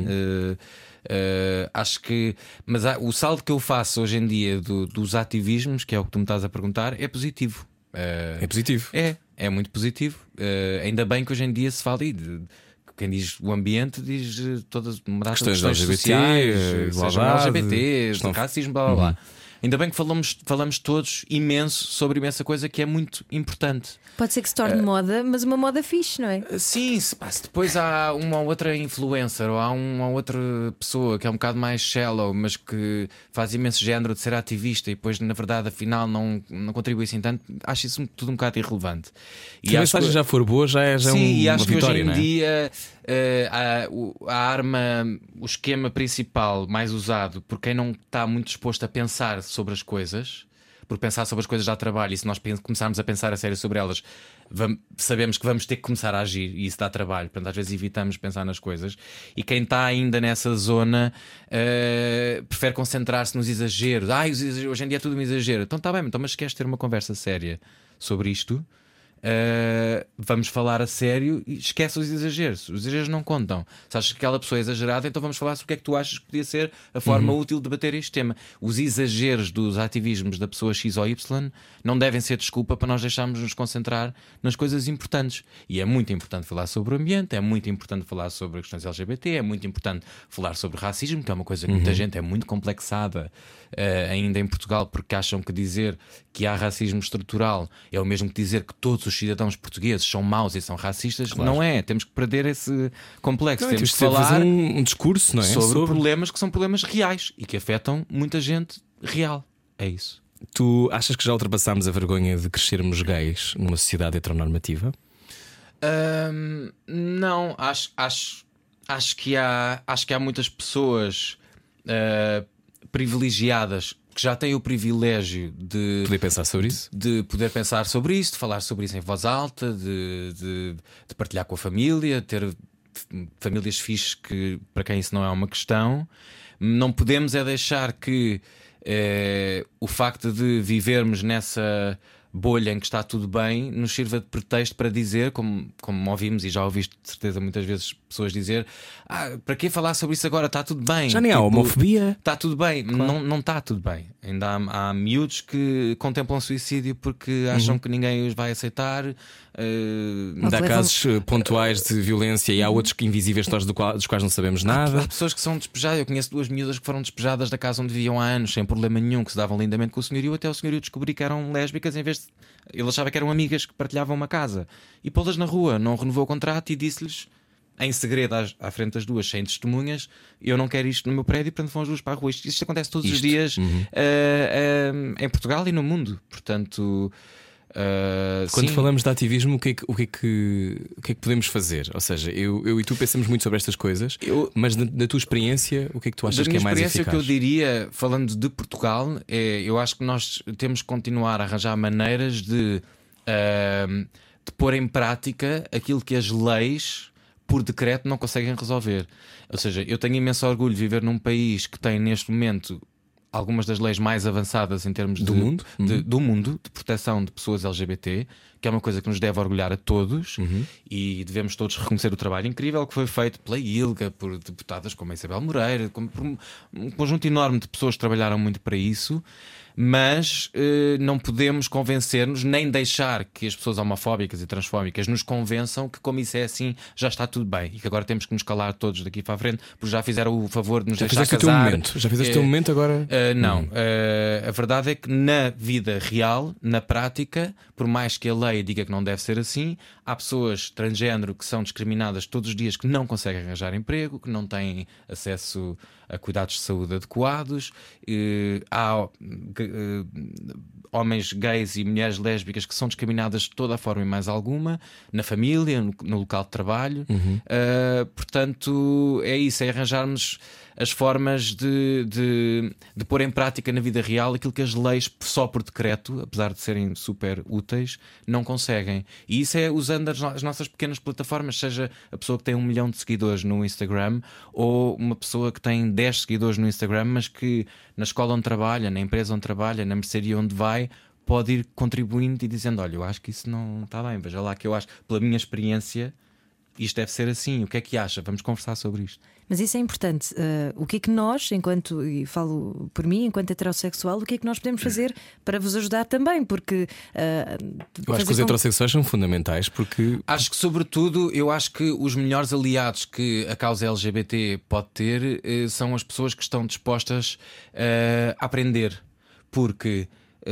Acho que. Mas o saldo que eu faço hoje em dia dos ativismos, que é o que tu me estás a perguntar, é positivo. É positivo. É muito positivo. Ainda bem que hoje em dia se fala quem diz o ambiente diz todas questões LGBT, sociais, igualdade, LGBT, racismo, blá blá blá. Ainda bem que falamos todos imenso sobre imensa coisa que é muito importante. Pode ser que se torne moda, mas uma moda fixe, não é? Sim, se depois há uma ou outra influencer ou há uma ou outra pessoa que é um bocado mais shallow, mas que faz imenso género de ser ativista e depois na verdade afinal não contribui assim tanto, acho isso tudo um bocado irrelevante. Se a mensagem já for boa, já é e uma acho vitória, que hoje em não é? dia a arma, o esquema principal mais usado por quem não está muito disposto a pensar sobre as coisas, por pensar sobre as coisas dá trabalho, e se nós começarmos a pensar a sério sobre elas, sabemos que vamos ter que começar a agir, e isso dá trabalho. Portanto, às vezes evitamos pensar nas coisas. E quem está ainda nessa zona prefere concentrar-se nos exageros. Hoje em dia é tudo um exagero. Então está bem, mas se queres ter uma conversa séria sobre isto, vamos falar a sério e esquece os exageros não contam. Se achas que aquela pessoa é exagerada, então vamos falar sobre o que é que tu achas que podia ser a forma útil de debater este tema. Os exageros dos ativismos da pessoa X ou Y não devem ser desculpa para nós deixarmos nos concentrar nas coisas importantes. E é muito importante falar sobre o ambiente, é muito importante falar sobre questões LGBT, é muito importante falar sobre racismo, que é uma coisa que muita gente é muito complexada ainda em Portugal, porque acham que dizer que há racismo estrutural é o mesmo que dizer que todos os cidadãos portugueses são maus e são racistas. Claro. Não é, temos que perder esse complexo. Temos que falar fazer um discurso, não é? sobre problemas que são problemas reais e que afetam muita gente real. É isso. Tu achas que já ultrapassámos a vergonha de crescermos gays numa sociedade heteronormativa? Não, acho que há muitas pessoas privilegiadas que já têm o privilégio de poder pensar sobre isso, de falar sobre isso em voz alta, de partilhar com a família, ter famílias fixes que, para quem isso não é uma questão. Não podemos é deixar que o facto de vivermos nessa bolha em que está tudo bem nos sirva de pretexto para dizer, como ouvimos e já ouviste de certeza muitas vezes pessoas dizer: para que falar sobre isso agora? Está tudo bem. Já nem há homofobia. Está tudo bem. Claro. Não está tudo bem. Ainda há miúdos que contemplam suicídio porque acham que ninguém os vai aceitar. Ainda há casos pontuais de violência e há outros que invisíveis dos quais não sabemos nada. Há pessoas que são despejadas. Eu conheço 2 miúdas que foram despejadas da casa onde viviam há anos sem problema nenhum, que se davam lindamente com o senhorio, até o senhorio descobrir que eram lésbicas em vez de... Ele achava que eram amigas que partilhavam uma casa e pô-las na rua, não renovou o contrato e disse-lhes em segredo à frente das duas, sem testemunhas. Eu não quero isto no meu prédio, portanto vão as duas para a rua. Isto acontece todos os dias em Portugal e no mundo. Portanto, quando sim. falamos de ativismo, o que é que podemos fazer? Ou seja, eu e tu pensamos muito sobre estas coisas, mas da tua experiência, o que é que tu achas que é mais eficaz? Da minha experiência, o que eu diria, falando de Portugal, eu acho que nós temos que continuar a arranjar maneiras de pôr em prática aquilo que as leis por decreto não conseguem resolver. Ou seja, eu tenho imenso orgulho de viver num país que tem neste momento algumas das leis mais avançadas em termos do mundo, de proteção de pessoas LGBT, que é uma coisa que nos deve orgulhar a todos, e devemos todos reconhecer o trabalho incrível que foi feito pela ILGA, por deputadas como a Isabel Moreira, por um conjunto enorme de pessoas que trabalharam muito para isso. Mas não podemos convencer-nos, nem deixar que as pessoas homofóbicas e transfóbicas nos convençam que, como isso é assim, já está tudo bem e que agora temos que nos calar todos daqui para a frente, porque já fizeram o favor de nos deixar casar. Já fizeste o teu momento agora? Não. A verdade é que na vida real, na prática, por mais que a lei diga que não deve ser assim, há pessoas transgénero que são discriminadas todos os dias, que não conseguem arranjar emprego, que não têm acesso a cuidados de saúde adequados. Há homens gays e mulheres lésbicas que são discriminadas de toda a forma e mais alguma, na família, no local de trabalho. Portanto, é isso, é arranjarmos as formas de pôr em prática na vida real aquilo que as leis, só por decreto, apesar de serem super úteis, não conseguem. E isso é usando as nossas pequenas plataformas, seja a pessoa que tem 1 milhão de seguidores no Instagram, ou uma pessoa que tem 10 seguidores no Instagram, mas que na escola onde trabalha, na empresa onde trabalha, na mercearia onde vai, pode ir contribuindo e dizendo: olha, eu acho que isso não está bem, veja lá que eu acho, pela minha experiência, isto deve ser assim, o que é que acha? Vamos conversar sobre isto. Mas isso é importante. O que é que nós, e falo por mim, enquanto heterossexual, o que é que nós podemos fazer para vos ajudar também? Porque eu acho que os heterossexuais são fundamentais, porque acho que, sobretudo, eu acho que os melhores aliados que a causa LGBT pode ter são as pessoas que estão dispostas a aprender, porque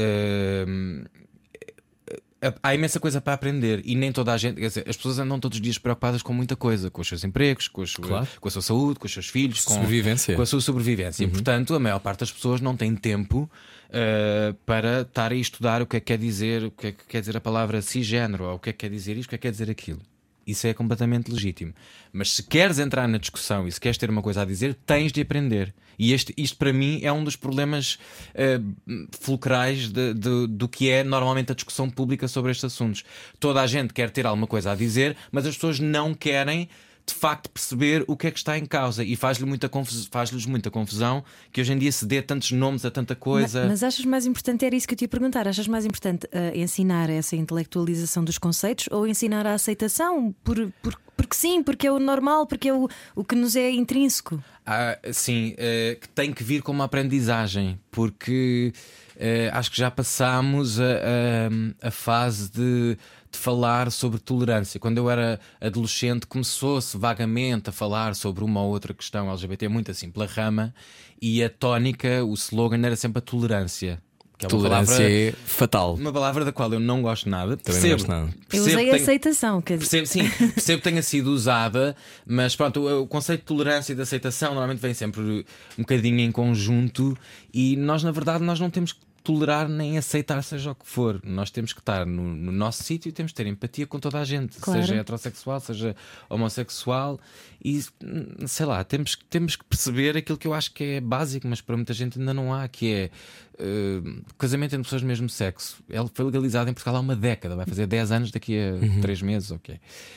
há imensa coisa para aprender e nem toda a gente, quer dizer, as pessoas andam todos os dias preocupadas com muita coisa, com os seus empregos, com a sua saúde, com os seus filhos, com a sua sobrevivência. E, portanto, a maior parte das pessoas não tem tempo para estar a estudar o que é que quer dizer, o que é que quer dizer a palavra cisgénero, ou o que é que quer dizer isto, o que é que quer dizer aquilo. Isso é completamente legítimo. Mas se queres entrar na discussão e se queres ter uma coisa a dizer, tens de aprender. E isto para mim é um dos problemas fulcrais do que é normalmente a discussão pública sobre estes assuntos. Toda a gente quer ter alguma coisa a dizer, mas as pessoas não querem de facto perceber o que é que está em causa, e faz-lhes muita confusão que hoje em dia se dê tantos nomes a tanta coisa. Mas achas mais importante, era isso que eu te ia perguntar, achas mais importante ensinar essa intelectualização dos conceitos ou ensinar a aceitação? Porque sim, porque é o normal, porque é o que nos é intrínseco. Sim, que tem que vir como uma aprendizagem, porque acho que já passámos a fase de falar sobre tolerância. Quando eu era adolescente, começou-se vagamente a falar sobre uma ou outra questão LGBT, muito assim, pela rama, e a tónica, o slogan era sempre a tolerância. Que é uma tolerância palavra, é fatal. uma palavra da qual eu não gosto nada. Também não gosto nada. Eu usei a aceitação. Percebo que tenha sido usada, mas pronto, o conceito de tolerância e de aceitação normalmente vem sempre um bocadinho em conjunto, e nós, na verdade, nós não temos que tolerar nem aceitar seja o que for. Nós temos que estar no nosso sítio e temos que ter empatia com toda a gente, claro. Seja heterossexual, seja homossexual, e sei lá, temos que perceber aquilo que eu acho que é básico, mas para muita gente ainda não há, que é casamento entre pessoas do mesmo sexo. Ele foi legalizado em Portugal há uma década, vai fazer 10 anos daqui a 3 meses, ok.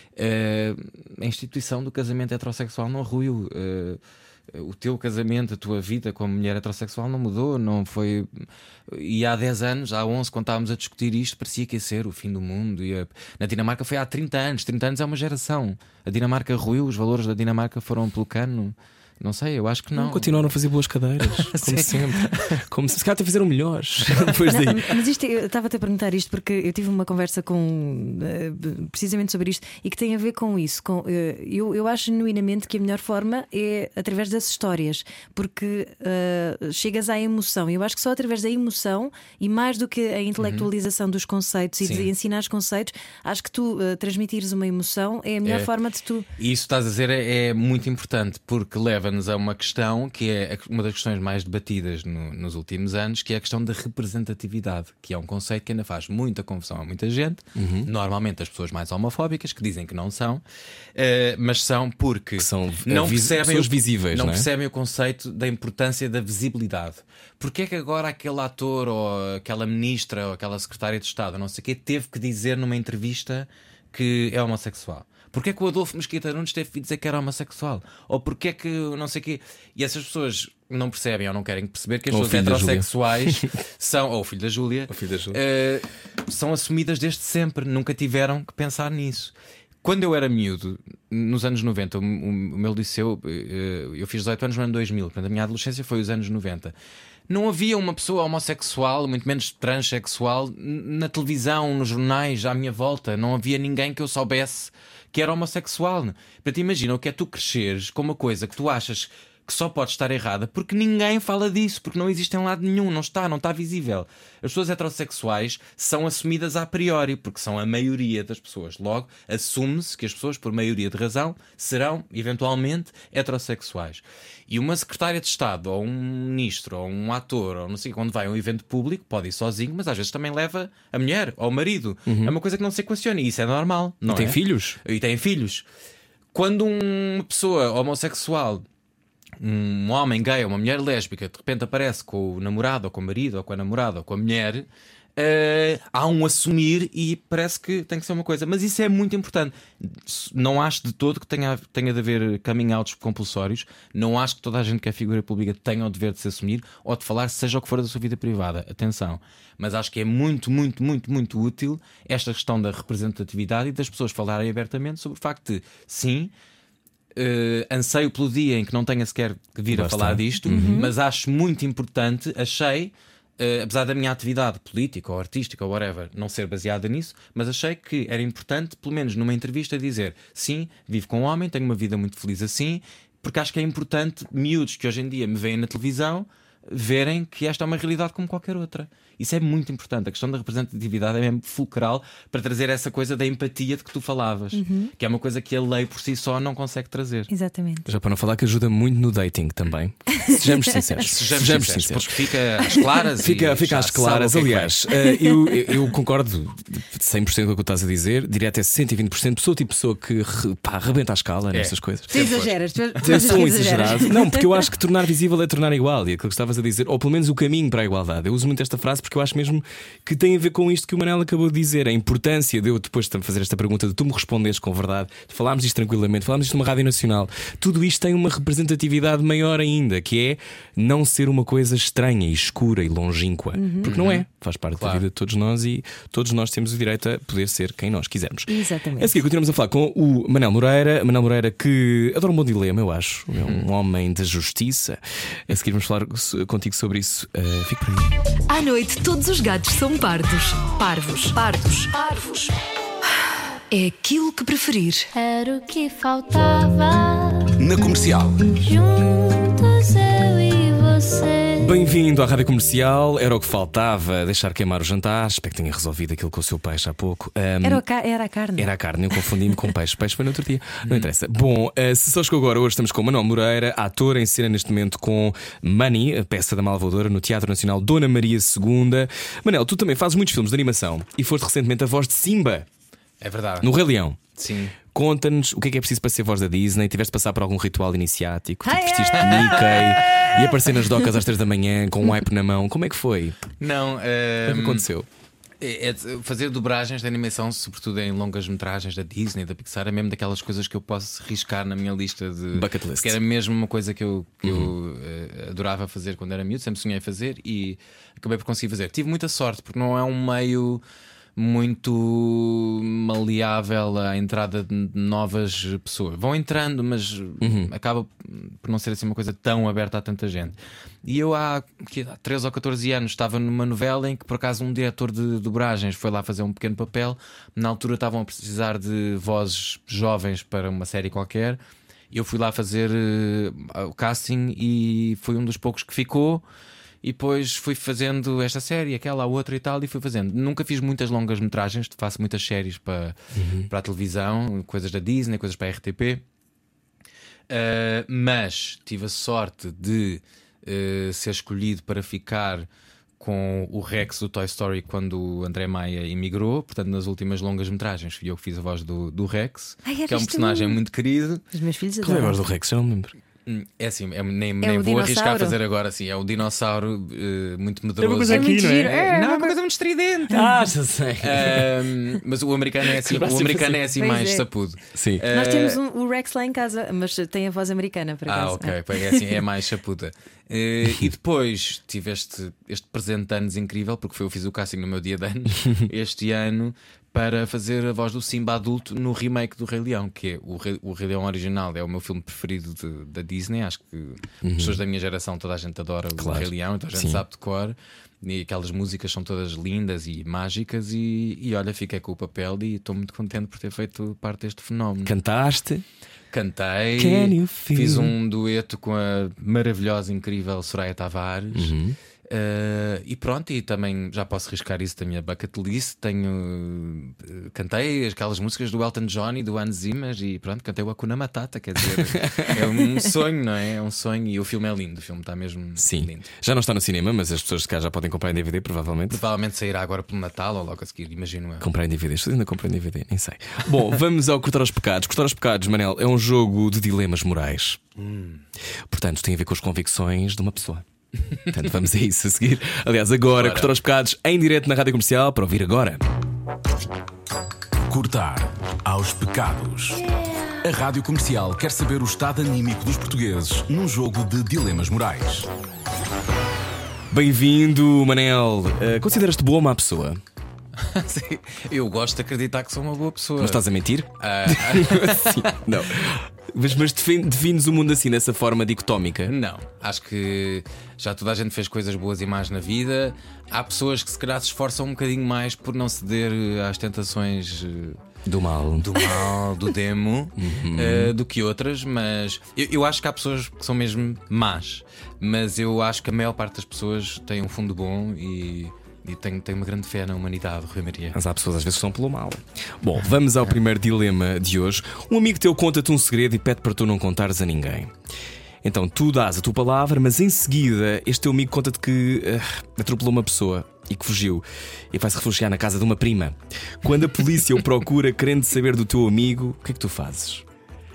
A instituição do casamento heterossexual não ruiu. O teu casamento, a tua vida como mulher heterossexual não mudou, não foi. E há 10 anos, há 11, quando estávamos a discutir isto, parecia que ia ser o fim do mundo. Na Dinamarca foi há 30 anos. 30 anos é uma geração. A Dinamarca ruiu, os valores da Dinamarca foram pelo cano. Não sei, eu acho que não. Continuaram a fazer boas cadeiras, como sempre. Como se calhar até fizeram melhores. Depois daí. Mas isto, eu estava-te a perguntar isto porque eu tive uma conversa com precisamente sobre isto e que tem a ver com isso. Eu acho genuinamente que a melhor forma é através das histórias, porque chegas à emoção. Eu acho que só através da emoção e mais do que a intelectualização dos conceitos e de ensinar os conceitos, acho que tu transmitires uma emoção é a melhor forma de tu. E isso estás a dizer é muito importante, porque leva-nos a uma questão que é uma das questões mais debatidas nos últimos anos, que é a questão da representatividade, que é um conceito que ainda faz muita confusão a muita gente, normalmente as pessoas mais homofóbicas, que dizem que não são, mas são porque não percebem visíveis, não percebem o conceito da importância da visibilidade. Porque é que agora aquele ator ou aquela ministra ou aquela secretária de Estado, não sei o quê, teve que dizer numa entrevista que é homossexual? Porquê é que o Adolfo Mesquita Nunes teve que dizer que era homossexual? Ou porquê é que não sei o quê? E essas pessoas não percebem ou não querem perceber que as pessoas heterossexuais são, ou o filho da Júlia, são assumidas desde sempre, nunca tiveram que pensar nisso. Quando eu era miúdo, nos anos 90, o meu liceu, eu fiz 18 anos no ano 2000, portanto a minha adolescência foi os anos 90. Não havia uma pessoa homossexual, muito menos transexual, na televisão, nos jornais, à minha volta. Não havia ninguém que eu soubesse que era homossexual. Portanto, imagina o que é tu cresceres com uma coisa que tu achas que só pode estar errada porque ninguém fala disso, porque não existe em lado nenhum, não está visível. As pessoas heterossexuais são assumidas a priori, porque são a maioria das pessoas. Logo, assume-se que as pessoas, por maioria de razão, serão, eventualmente, heterossexuais. E uma secretária de Estado, ou um ministro, ou um ator, ou não sei, quando vai a um evento público, pode ir sozinho, mas às vezes também leva a mulher ou o marido. É uma coisa que não se equaciona, e isso é normal. Não tem filhos? E tem filhos. Quando uma pessoa homossexual, um homem gay ou uma mulher lésbica, de repente aparece com o namorado, ou com o marido, ou com a namorada, ou com a mulher, há um assumir e parece que tem que ser uma coisa. Mas isso é muito importante. Não acho de todo que tenha de haver coming outs compulsórios. Não acho que toda a gente que é figura pública tenha o dever de se assumir ou de falar, seja o que for da sua vida privada. Atenção. Mas acho que é muito, muito, muito, muito útil esta questão da representatividade e das pessoas falarem abertamente sobre o facto de, sim, anseio pelo dia em que não tenha sequer que vir a falar disto, mas acho muito importante, apesar da minha atividade política ou artística ou whatever não ser baseada nisso, mas achei que era importante, pelo menos numa entrevista, dizer sim, vivo com um homem, tenho uma vida muito feliz assim, porque acho que é importante miúdos que hoje em dia me veem na televisão verem que esta é uma realidade como qualquer outra. Isso é muito importante. A questão da representatividade é mesmo fulcral para trazer essa coisa da empatia de que tu falavas, que é uma coisa que a lei por si só não consegue trazer. Exatamente. Já para não falar que ajuda muito no dating também. Sejamos sinceros. Sejamos sinceros. Porque fica às claras. Fica às claras. Aliás, eu concordo 100% com o que tu estás a dizer. Diria até 120%. Sou o tipo de pessoa que rebenta a escala nessas coisas. Tu exageras. Eu sou um exagerado. Não, porque eu acho que tornar visível é tornar igual. E aquilo que estavas a dizer, ou pelo menos o caminho para a igualdade. Eu uso muito esta frase porque eu acho mesmo que tem a ver com isto que o Manel acabou de dizer. A importância de eu depois de fazer esta pergunta, de tu me responderes com verdade, de falarmos isto tranquilamente, falarmos isto numa rádio nacional. Tudo isto tem uma representatividade maior ainda, que é não ser uma coisa estranha e escura e longínqua. Porque não é. Faz parte da vida de todos nós e todos nós temos o direito a poder ser quem nós quisermos. Exatamente. A seguir continuamos a falar com o Manel Moreira. Manel Moreira que adora um bom dilema, eu acho. É um homem da justiça. A seguir vamos falar contigo sobre isso. Fique por aí. À noite, todos os gatos são pardos. Parvos. É aquilo que preferir. Era o que faltava. Na Comercial. Juntos eu e você. Bem-vindo à Rádio Comercial. Era o que faltava, deixar queimar o jantar. Espero que tenha resolvido aquilo com o seu peixe há pouco. Era a carne. Era a carne, eu confundi-me com peixe. Peixe foi no outro dia. Não interessa. Bom, se só chegou agora, hoje estamos com Manuel Moreira, ator em cena neste momento com Money, a peça da Malvadora, no Teatro Nacional Dona Maria II. Manel, tu também fazes muitos filmes de animação e foste recentemente a voz de Simba. É verdade. No Rei Leão. Sim. Conta-nos o que é preciso para ser voz da Disney. Tiveste de passar por algum ritual iniciático? Tipo, vestiste de Mickey e aparecer nas docas às 3 da manhã com um wipe na mão. Como é que foi? Não, O que é que aconteceu? Fazer dobragens de animação, sobretudo em longas metragens da Disney, da Pixar, é mesmo daquelas coisas que eu posso riscar na minha lista de bucket list. Porque era mesmo uma coisa que eu adorava fazer quando era miúdo, sempre sonhei fazer e acabei por conseguir fazer. Tive muita sorte porque não é um meio muito maleável à entrada de novas pessoas. Vão entrando, mas acaba por não ser assim uma coisa tão aberta a tanta gente. E eu há 13 ou 14 anos estava numa novela em que por acaso um diretor de dobragens foi lá fazer um pequeno papel. Na altura estavam a precisar de vozes jovens para uma série qualquer. Eu fui lá fazer o casting e fui um dos poucos que ficou. E depois fui fazendo esta série, aquela, a outra e tal, e fui fazendo. Nunca fiz muitas longas metragens, faço muitas séries para a televisão, coisas da Disney, coisas para a RTP. Mas tive a sorte de ser escolhido para ficar com o Rex do Toy Story quando o André Maia emigrou. Portanto, nas últimas longas metragens fui eu que fiz a voz do Rex, que é um personagem muito querido. Os meus filhos Qual é a adoram. voz do Rex? Eu não me lembro. É assim, nem o vou arriscar dinossauro? fazer agora assim. É o dinossauro muito medroso. coisa É aqui, muito não é? giro. Não, é uma coisa muito estridente. Já sei. Mas o americano é assim, Pois mais é. sapudo. Sim. Nós temos o Rex lá em casa, mas tem a voz americana, por acaso. Ok, pois é assim, é mais chapuda. E depois tive este presente de anos incrível, porque eu fiz o casting no meu dia de anos este ano, para fazer a voz do Simba adulto no remake do Rei Leão, que é o Rei Leão original, é o meu filme preferido da Disney. Acho que as pessoas da minha geração, toda a gente adora o Rei Leão, então a gente sabe de cor. E aquelas músicas são todas lindas e mágicas. E olha, fiquei com o papel e estou muito contente por ter feito parte deste fenómeno. Cantaste? Cantei, Can you feel? fiz um dueto com a maravilhosa, incrível Soraya Tavares. E pronto, e também já posso riscar isso da minha bucket list. Cantei aquelas músicas do Elton John e do Hans Zimmer. E pronto, cantei o Hakuna Matata. Quer dizer, é um sonho, não é? É um sonho. E o filme é lindo, o filme está mesmo lindo. Já não está no cinema, mas as pessoas de cá já podem comprar em DVD, provavelmente. Provavelmente sairá agora pelo Natal ou logo a seguir, imagino eu. Comprar em DVD, estou ainda comprar em DVD, nem sei. Bom, vamos ao Cortar aos Pecados. Cortar aos Pecados, Manel, é um jogo de dilemas morais. Portanto, tem a ver com as convicções de uma pessoa. Portanto, vamos a isso a seguir. Aliás, agora, Cortar aos Pecados em direto na Rádio Comercial, para ouvir agora. Cortar aos pecados. A Rádio Comercial quer saber o estado anímico dos portugueses num jogo de dilemas morais. Bem-vindo, Manel. Consideras-te boa ou má pessoa? Sim, eu gosto de acreditar que sou uma boa pessoa. Não estás a mentir? Sim, não. Mas defines o mundo assim, dessa forma dicotómica? Não, acho que já toda a gente fez coisas boas e más na vida. Há pessoas que se calhar se esforçam um bocadinho mais por não ceder às tentações do mal, do demo, do que outras. Mas eu acho que há pessoas que são mesmo más. Mas eu acho que a maior parte das pessoas tem um fundo bom e tenho uma grande fé na humanidade, Rui Maria. Mas há pessoas às vezes que são pelo mal. Bom, vamos ao primeiro dilema de hoje. Um amigo teu conta-te um segredo e pede para tu não contares a ninguém. Então tu dás a tua palavra, mas em seguida este teu amigo conta-te que atropelou uma pessoa e que fugiu e vai se refugiar na casa de uma prima. Quando a polícia o procura querendo saber do teu amigo, o que é que tu fazes?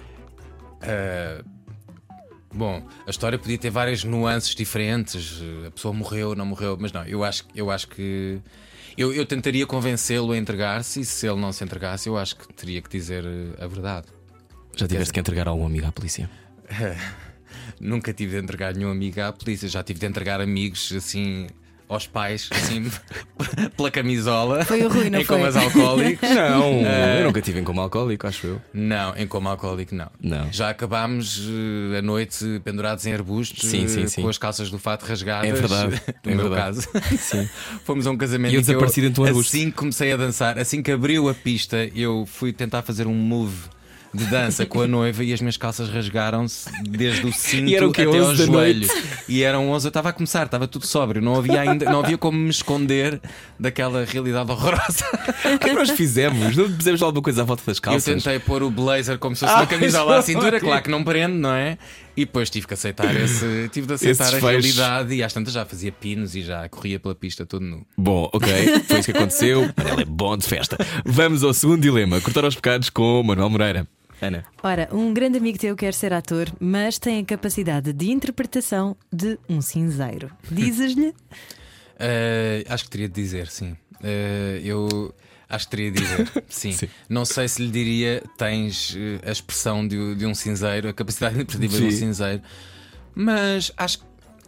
Bom, a história podia ter várias nuances diferentes. A pessoa morreu, não morreu. Mas não, eu acho que eu tentaria convencê-lo a entregar-se. E se ele não se entregasse, eu acho que teria que dizer a verdade. Já tiveste que entregar algum amigo à polícia? Nunca tive de entregar nenhum amigo à polícia. Já tive de entregar amigos assim aos pais, assim, pela camisola. Foi o Rui, não em foi? comas alcoólicos. Não, eu nunca tive em coma alcoólico, acho eu. Não, em coma alcoólico não. Já acabámos a noite pendurados em arbustos, sim. com as calças do fato rasgadas. É verdade. No meu caso. Sim. Fomos a um casamento E eu em que desapareci dentro de um arbusto. assim que comecei a dançar, assim que abriu a pista, eu fui tentar fazer um move de dança com a noiva e as minhas calças rasgaram-se desde o cinto era o quê, até ao 11 da joelho. noite? E eram 11, eu estava a começar, estava tudo sóbrio, não havia como me esconder daquela realidade horrorosa. O que é que nós fizemos? Não fizemos alguma coisa à volta das calças? Eu tentei pôr o blazer como se fosse uma camisola à cintura, claro que não prende, não é? E depois tive de aceitar a realidade. E às tantas já fazia pinos e já corria pela pista todo nu. Bom, ok, foi isso que aconteceu. Ela é bom de festa. Vamos ao segundo dilema: cortar aos pecados com Manuel Moreira. Ana. Ora, um grande amigo teu quer ser ator, mas tem a capacidade de interpretação de um cinzeiro. Dizes-lhe? Acho que teria de dizer, sim. Eu acho que teria de dizer, sim. Sim. Não sei se lhe diria: tens a expressão de um cinzeiro, a capacidade interpretativa de um cinzeiro, mas acho que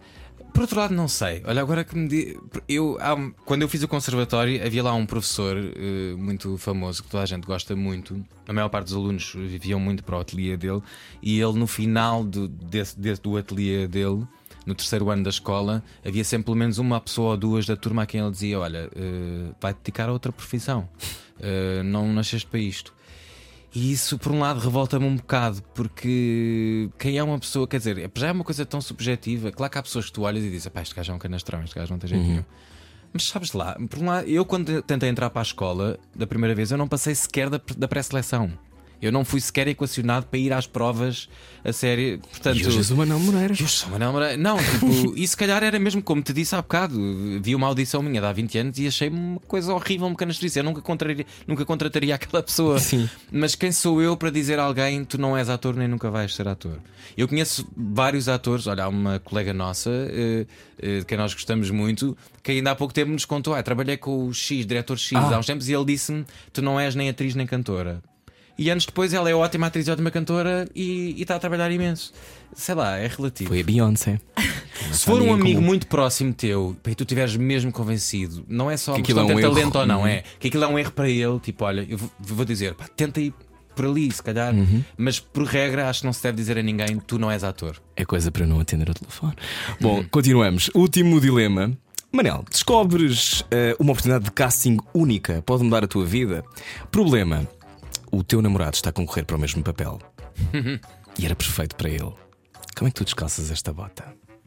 Por outro lado, não sei. Olha, agora que quando eu fiz o conservatório, havia lá um professor muito famoso que toda a gente gosta muito. A maior parte dos alunos viviam muito para o ateliê dele. E ele, no final do ateliê dele, no terceiro ano da escola, havia sempre pelo menos uma pessoa ou duas da turma a quem ele dizia: olha, vai-te dedicar a outra profissão, não nasceste para isto. E isso, por um lado, revolta-me um bocado, porque quem é uma pessoa, quer dizer, já é uma coisa tão subjetiva. Claro que há pessoas que tu olhas e dizes: pá, este gajo é um canastrão, este gajo não tem jeito nenhum. Mas sabes lá, por um lado, eu quando tentei entrar para a escola da primeira vez, eu não passei sequer da pré-seleção. Eu não fui sequer equacionado para ir às provas a sério. Portanto, E hoje és o Manel Moreira. Não, tipo, e se calhar era mesmo como te disse há bocado. Vi uma audição minha de há 20 anos e achei uma coisa horrível, um canastrice. Eu nunca contrataria aquela pessoa. Sim. Mas quem sou eu para dizer a alguém: tu não és ator nem nunca vais ser ator? Eu conheço vários atores. Olha, há uma colega nossa de quem nós gostamos muito, que ainda há pouco tempo nos contou: trabalhei com o X, diretor X, há uns tempos, e ele disse-me: tu não és nem atriz nem cantora. E anos depois ela é ótima atriz e ótima cantora e está a trabalhar imenso. Sei lá, é relativo. Foi a Beyoncé. Se for um amigo muito próximo teu e tu estiveres mesmo convencido, não é só uma questão de ter talento ou não, é que aquilo é um erro para ele. Tipo, olha, eu vou dizer, tenta ir por ali, se calhar, mas por regra acho que não se deve dizer a ninguém: tu não és ator. É coisa para não atender o telefone. Bom, continuamos. Último dilema. Manel, descobres uma oportunidade de casting única, pode mudar a tua vida. Problema: o teu namorado está a concorrer para o mesmo papel e era perfeito para ele. Como é que tu descalças esta bota?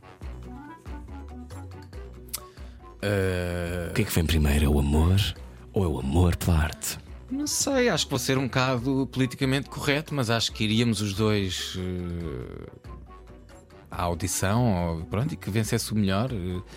O que é que vem primeiro? É o amor ou é o amor pela arte? Não sei, acho que vou ser um bocado politicamente correto, mas acho que iríamos os dois à audição, pronto, e que vencesse o melhor.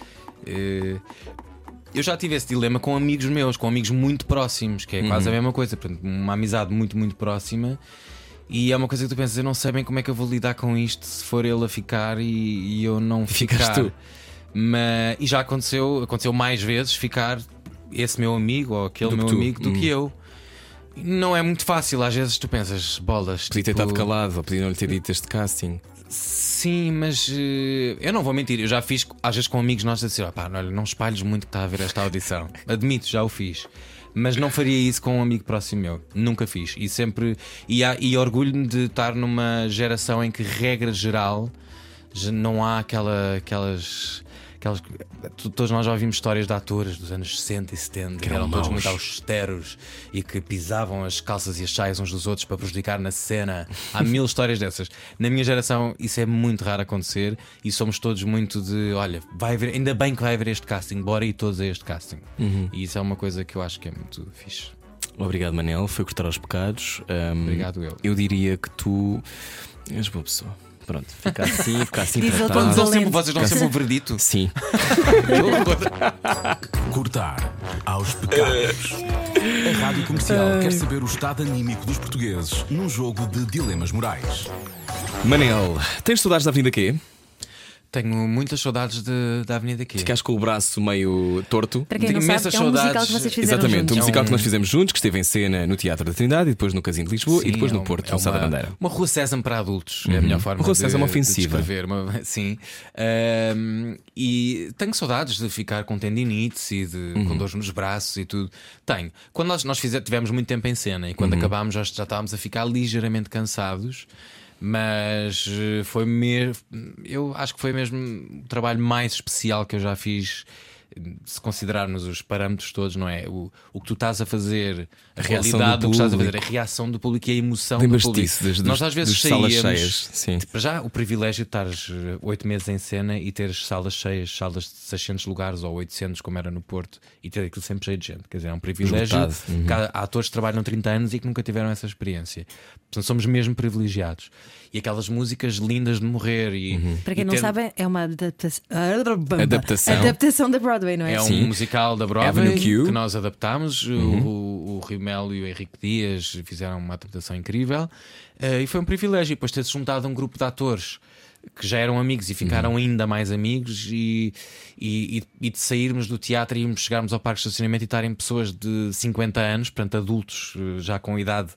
Eu já tive esse dilema com amigos meus, com amigos muito próximos, que é quase a mesma coisa. Portanto, uma amizade muito, muito próxima. E é uma coisa que tu pensas: eu não sei bem como é que eu vou lidar com isto se for ele a ficar e eu não ficar. Tu. E já aconteceu mais vezes ficar esse meu amigo ou aquele meu amigo do que eu. Não é muito fácil, às vezes tu pensas: bolas. Podia ter estado calado ou podia não lhe ter dito este casting. Sim, mas eu não vou mentir. Eu já fiz às vezes com amigos nossos a dizer: olha, não espalhes muito que está a ver esta audição. Admito, já o fiz. Mas não faria isso com um amigo próximo meu. Nunca fiz. E sempre. E orgulho-me de estar numa geração em que, regra geral, não há aquelas. Todos nós já ouvimos histórias de atores dos anos 60 e 70 que eram todos muito austeros e que pisavam as calças e as saias uns dos outros para prejudicar na cena. Há mil histórias dessas. Na minha geração isso é muito raro acontecer e somos todos muito de: olha, vai haver, ainda bem que vai haver este casting, bora ir todos a este casting. E isso é uma coisa que eu acho que é muito fixe. Obrigado, Manel. Foi cortar aos pecados. Obrigado, eu. Eu diria que tu és boa pessoa. Pronto, fica assim Diz ele tratado. com Vocês dão sempre um verdito? Sim. Cortar aos pecados. A Rádio Comercial quer saber o estado anímico dos portugueses num jogo de dilemas morais. Manel, tens saudades da Avenida Q? Tenho muitas saudades da Avenida Q. Ficaste com o braço meio torto. Para quem Tenho não sabe, imensas é um musical que saudades. vocês fizeram Exatamente, juntos. o musical que nós fizemos juntos, que esteve em cena no Teatro da Trindade e depois no Casino de Lisboa e depois no Porto, no Sá da Bandeira. Uma Rua Sésamo para adultos, é a melhor forma Rua de Sésamo ofensiva. descrever. Sim. E tenho saudades de ficar com tendinites e com dores nos braços e tudo. Tenho. Quando nós tivemos muito tempo em cena e quando acabámos já estávamos a ficar ligeiramente cansados. Mas eu acho que foi mesmo o trabalho mais especial que eu já fiz, se considerarmos os parâmetros todos, não é? O que tu estás a fazer, a realidade do que estás a fazer, a reação do público e a emoção do público. Disso, nós às vezes salas saíamos, cheias. Sim. Para já o privilégio de estares 8 meses em cena e teres salas cheias, salas de 600 lugares ou 800, como era no Porto, e ter aquilo sempre cheio de gente. Quer dizer, é um privilégio. Há atores que trabalham 30 anos e que nunca tiveram essa experiência. Portanto, somos mesmo privilegiados. E aquelas músicas lindas de morrer. Para quem não sabe, é uma Adaptação da Broadway, não é? É Sim. um musical da Broadway Avenue Q. que nós adaptámos. O Rio Melo e o Henrique Dias fizeram uma adaptação incrível. E foi um privilégio. E depois ter-se juntado a um grupo de atores que já eram amigos e ficaram ainda mais amigos. E de sairmos do teatro e chegarmos ao parque de estacionamento e estarem pessoas de 50 anos, portanto adultos já com idade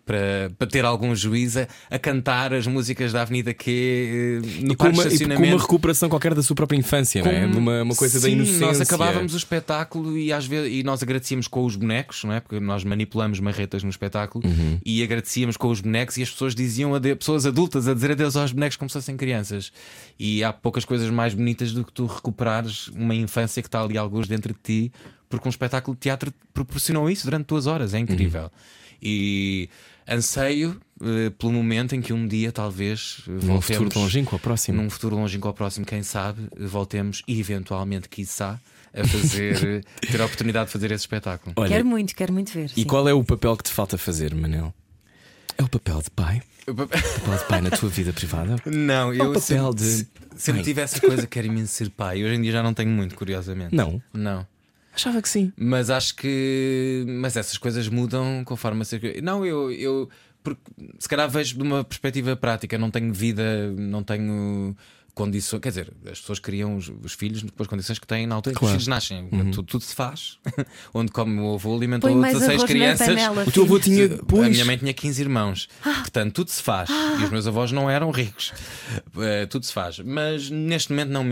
para ter algum juízo a cantar as músicas da Avenida Q no com parque de estacionamento. uma recuperação qualquer da sua própria infância, não é? Uma coisa da inocência. Nós acabávamos o espetáculo e às vezes nós agradecíamos com os bonecos, não é? Porque nós manipulamos marretas no espetáculo e agradecíamos com os bonecos e as pessoas diziam pessoas adultas a dizer adeus aos bonecos como se fossem crianças. E há poucas coisas mais bonitas do que tu recuperares uma infância que está ali alguns dentro de ti, porque um espetáculo de teatro proporcionou isso durante 2 horas, é incrível. E anseio pelo momento em que um dia talvez num futuro longínquo ao próximo. Num futuro longínquo ao próximo, quem sabe, voltemos e eventualmente, quiçá, a fazer ter a oportunidade de fazer esse espetáculo. Olha, quero muito ver. E qual é o papel que te falta fazer, Manel? É o papel de pai? O papel de pai na tua vida privada? Não, é o eu papel de sempre tive essa coisa que quero imenso ser pai. Hoje em dia já não tenho muito, curiosamente. Não? Achava que sim. Mas acho que. Mas essas coisas mudam conforme a. Não, eu porque, se calhar vejo de uma perspectiva prática. Não tenho vida, não tenho condições. Quer dizer, as pessoas criam os filhos depois condições que têm na altura que os filhos nascem. Tudo se faz. Onde, como o meu avô alimentou 16 crianças. O teu avô tinha. A minha mãe tinha 15 irmãos. Portanto, tudo se faz. E os meus avós não eram ricos. Tudo se faz. Mas neste momento não me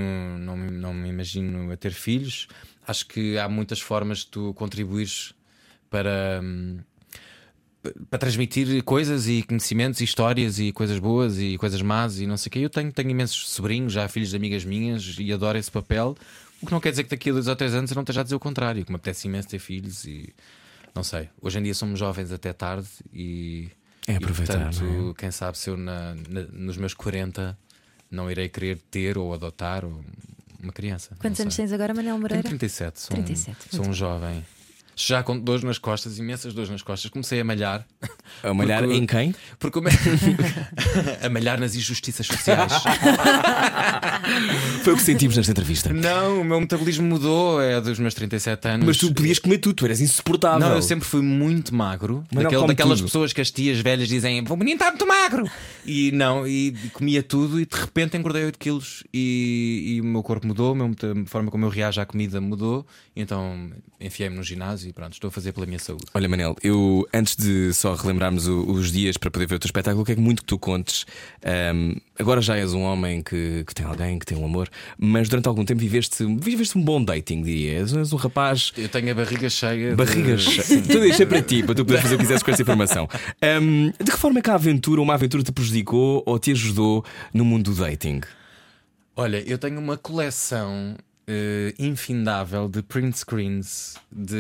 imagino a ter filhos. Acho que há muitas formas de tu contribuires para transmitir coisas e conhecimentos e histórias e coisas boas e coisas más e não sei o que. Eu tenho imensos sobrinhos, já filhos de amigas minhas, e adoro esse papel. O que não quer dizer que daqui a 2 ou 3 anos eu não esteja a dizer o contrário, que me apetece imenso ter filhos e não sei. Hoje em dia somos jovens até tarde e aproveitar. Portanto, não é? Quem sabe se eu nos meus 40 não irei querer ter ou adotar uma criança. Quantos anos tens agora, Manel Moreira? Tenho 37, sou um bem. jovem. Já com dores nas costas, imensas dores nas costas. Comecei a malhar. A malhar em quem? Porque a malhar nas injustiças sociais. Foi o que sentimos nesta entrevista. Não, o meu metabolismo mudou. É dos meus 37 anos. Mas tu podias comer tudo, tu eras insuportável. Não, eu sempre fui muito magro. Daquelas pessoas que as tias velhas dizem: o menino está muito magro. E comia tudo e de repente engordei 8 quilos. E o meu corpo mudou, a forma como eu reajo à comida mudou. Então enfiei-me no ginásio e pronto, estou a fazer pela minha saúde. Olha, Manel, eu antes de só relembrarmos os dias para poder ver o teu espetáculo, quero muito que tu contes. Agora já és um homem que tem alguém, que tem um amor, mas durante algum tempo viveste um bom dating, diria. És um rapaz. Eu tenho a barriga cheia. Tu deixa para ti, para tu poderes fazer o que quiseres com essa informação. De que forma é que uma aventura te prejudicou ou te ajudou no mundo do dating? Olha, eu tenho uma coleção infindável de print screens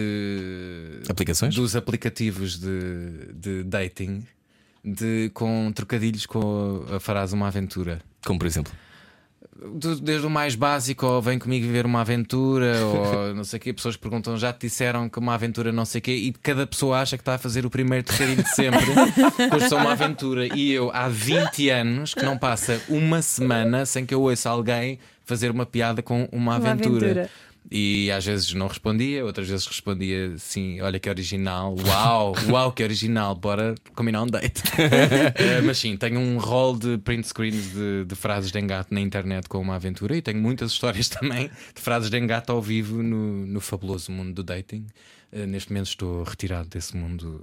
de aplicações? Dos aplicativos de dating com trocadilhos com a frase uma aventura. Como por exemplo? Desde o mais básico, ou vem comigo viver uma aventura, ou não sei o quê. Pessoas que perguntam: já te disseram que uma aventura não sei o quê, e cada pessoa acha que está a fazer o primeiro trocadilho de sempre. Pois são uma aventura. E eu há 20 anos que não passa uma semana sem que eu ouça alguém fazer uma piada com uma aventura. E às vezes não respondia, outras vezes respondia sim, olha que original, uau que original, bora combinar um date. Mas sim, tenho um rol de print screens de frases de engate na internet com uma aventura. E tenho muitas histórias também de frases de engate ao vivo no fabuloso mundo do dating. Neste momento estou retirado desse mundo,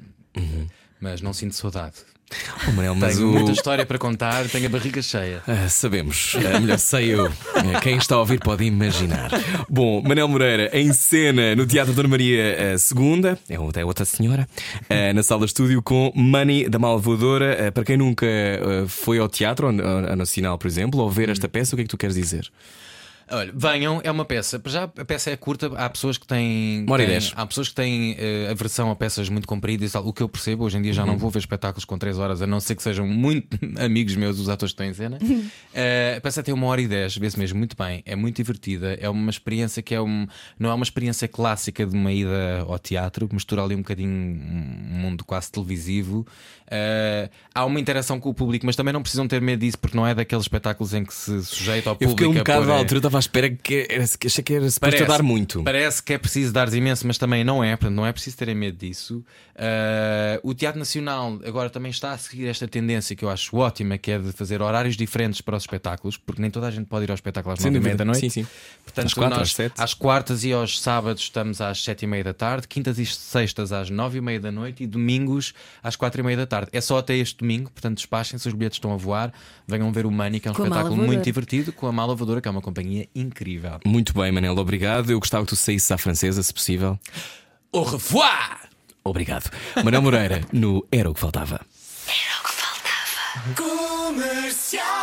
mas não sinto saudade. Manel, tenho muita história para contar, tenho a barriga cheia. Sabemos, melhor sei eu. Quem está a ouvir pode imaginar. Bom, Manel Moreira em cena no Teatro Dona Maria II, é outra senhora, na sala de estúdio com Money da Malvoadora. Para quem nunca foi ao teatro, ao Nacional, por exemplo, ou ver esta peça, o que é que tu queres dizer? Olha, venham, é uma peça. Já a peça é curta, há pessoas que têm. Há pessoas que têm aversão a peças muito compridas e tal. O que eu percebo, hoje em dia já não vou ver espetáculos com 3 horas, a não ser que sejam muito amigos meus, os atores que estão em cena. A peça tem 1h10, vê-se mesmo muito bem, é muito divertida. É uma experiência que não é uma experiência clássica de uma ida ao teatro, mistura ali um bocadinho um mundo quase televisivo. Há uma interação com o público, mas também não precisam ter medo disso, porque não é daqueles espetáculos em que se sujeita ao público. Eu fiquei um bocado à altura, estava espera que achei que era suposto dar muito. Parece que é preciso dar imenso, mas também não é. Portanto, não é preciso terem medo disso. O Teatro Nacional agora também está a seguir esta tendência que eu acho ótima, que é de fazer horários diferentes para os espetáculos, porque nem toda a gente pode ir ao espetáculo às 9h30 da noite. Sim. Portanto, às 4, às 7. Às quartas e aos sábados estamos às 7h30 da tarde, quintas e sextas às 9h30 da noite e domingos às 4h30 da tarde. É só até este domingo, portanto despachem-se, os bilhetes estão a voar. Venham ver o Money, que é um espetáculo muito divertido, com a Mala Voadora, que é uma companhia incrível. Muito bem, Manel, obrigado. Eu gostava que tu saísses à francesa, se possível. Au revoir! Obrigado. Manel Moreira, no Era o que Faltava. Era o que faltava. Comercial.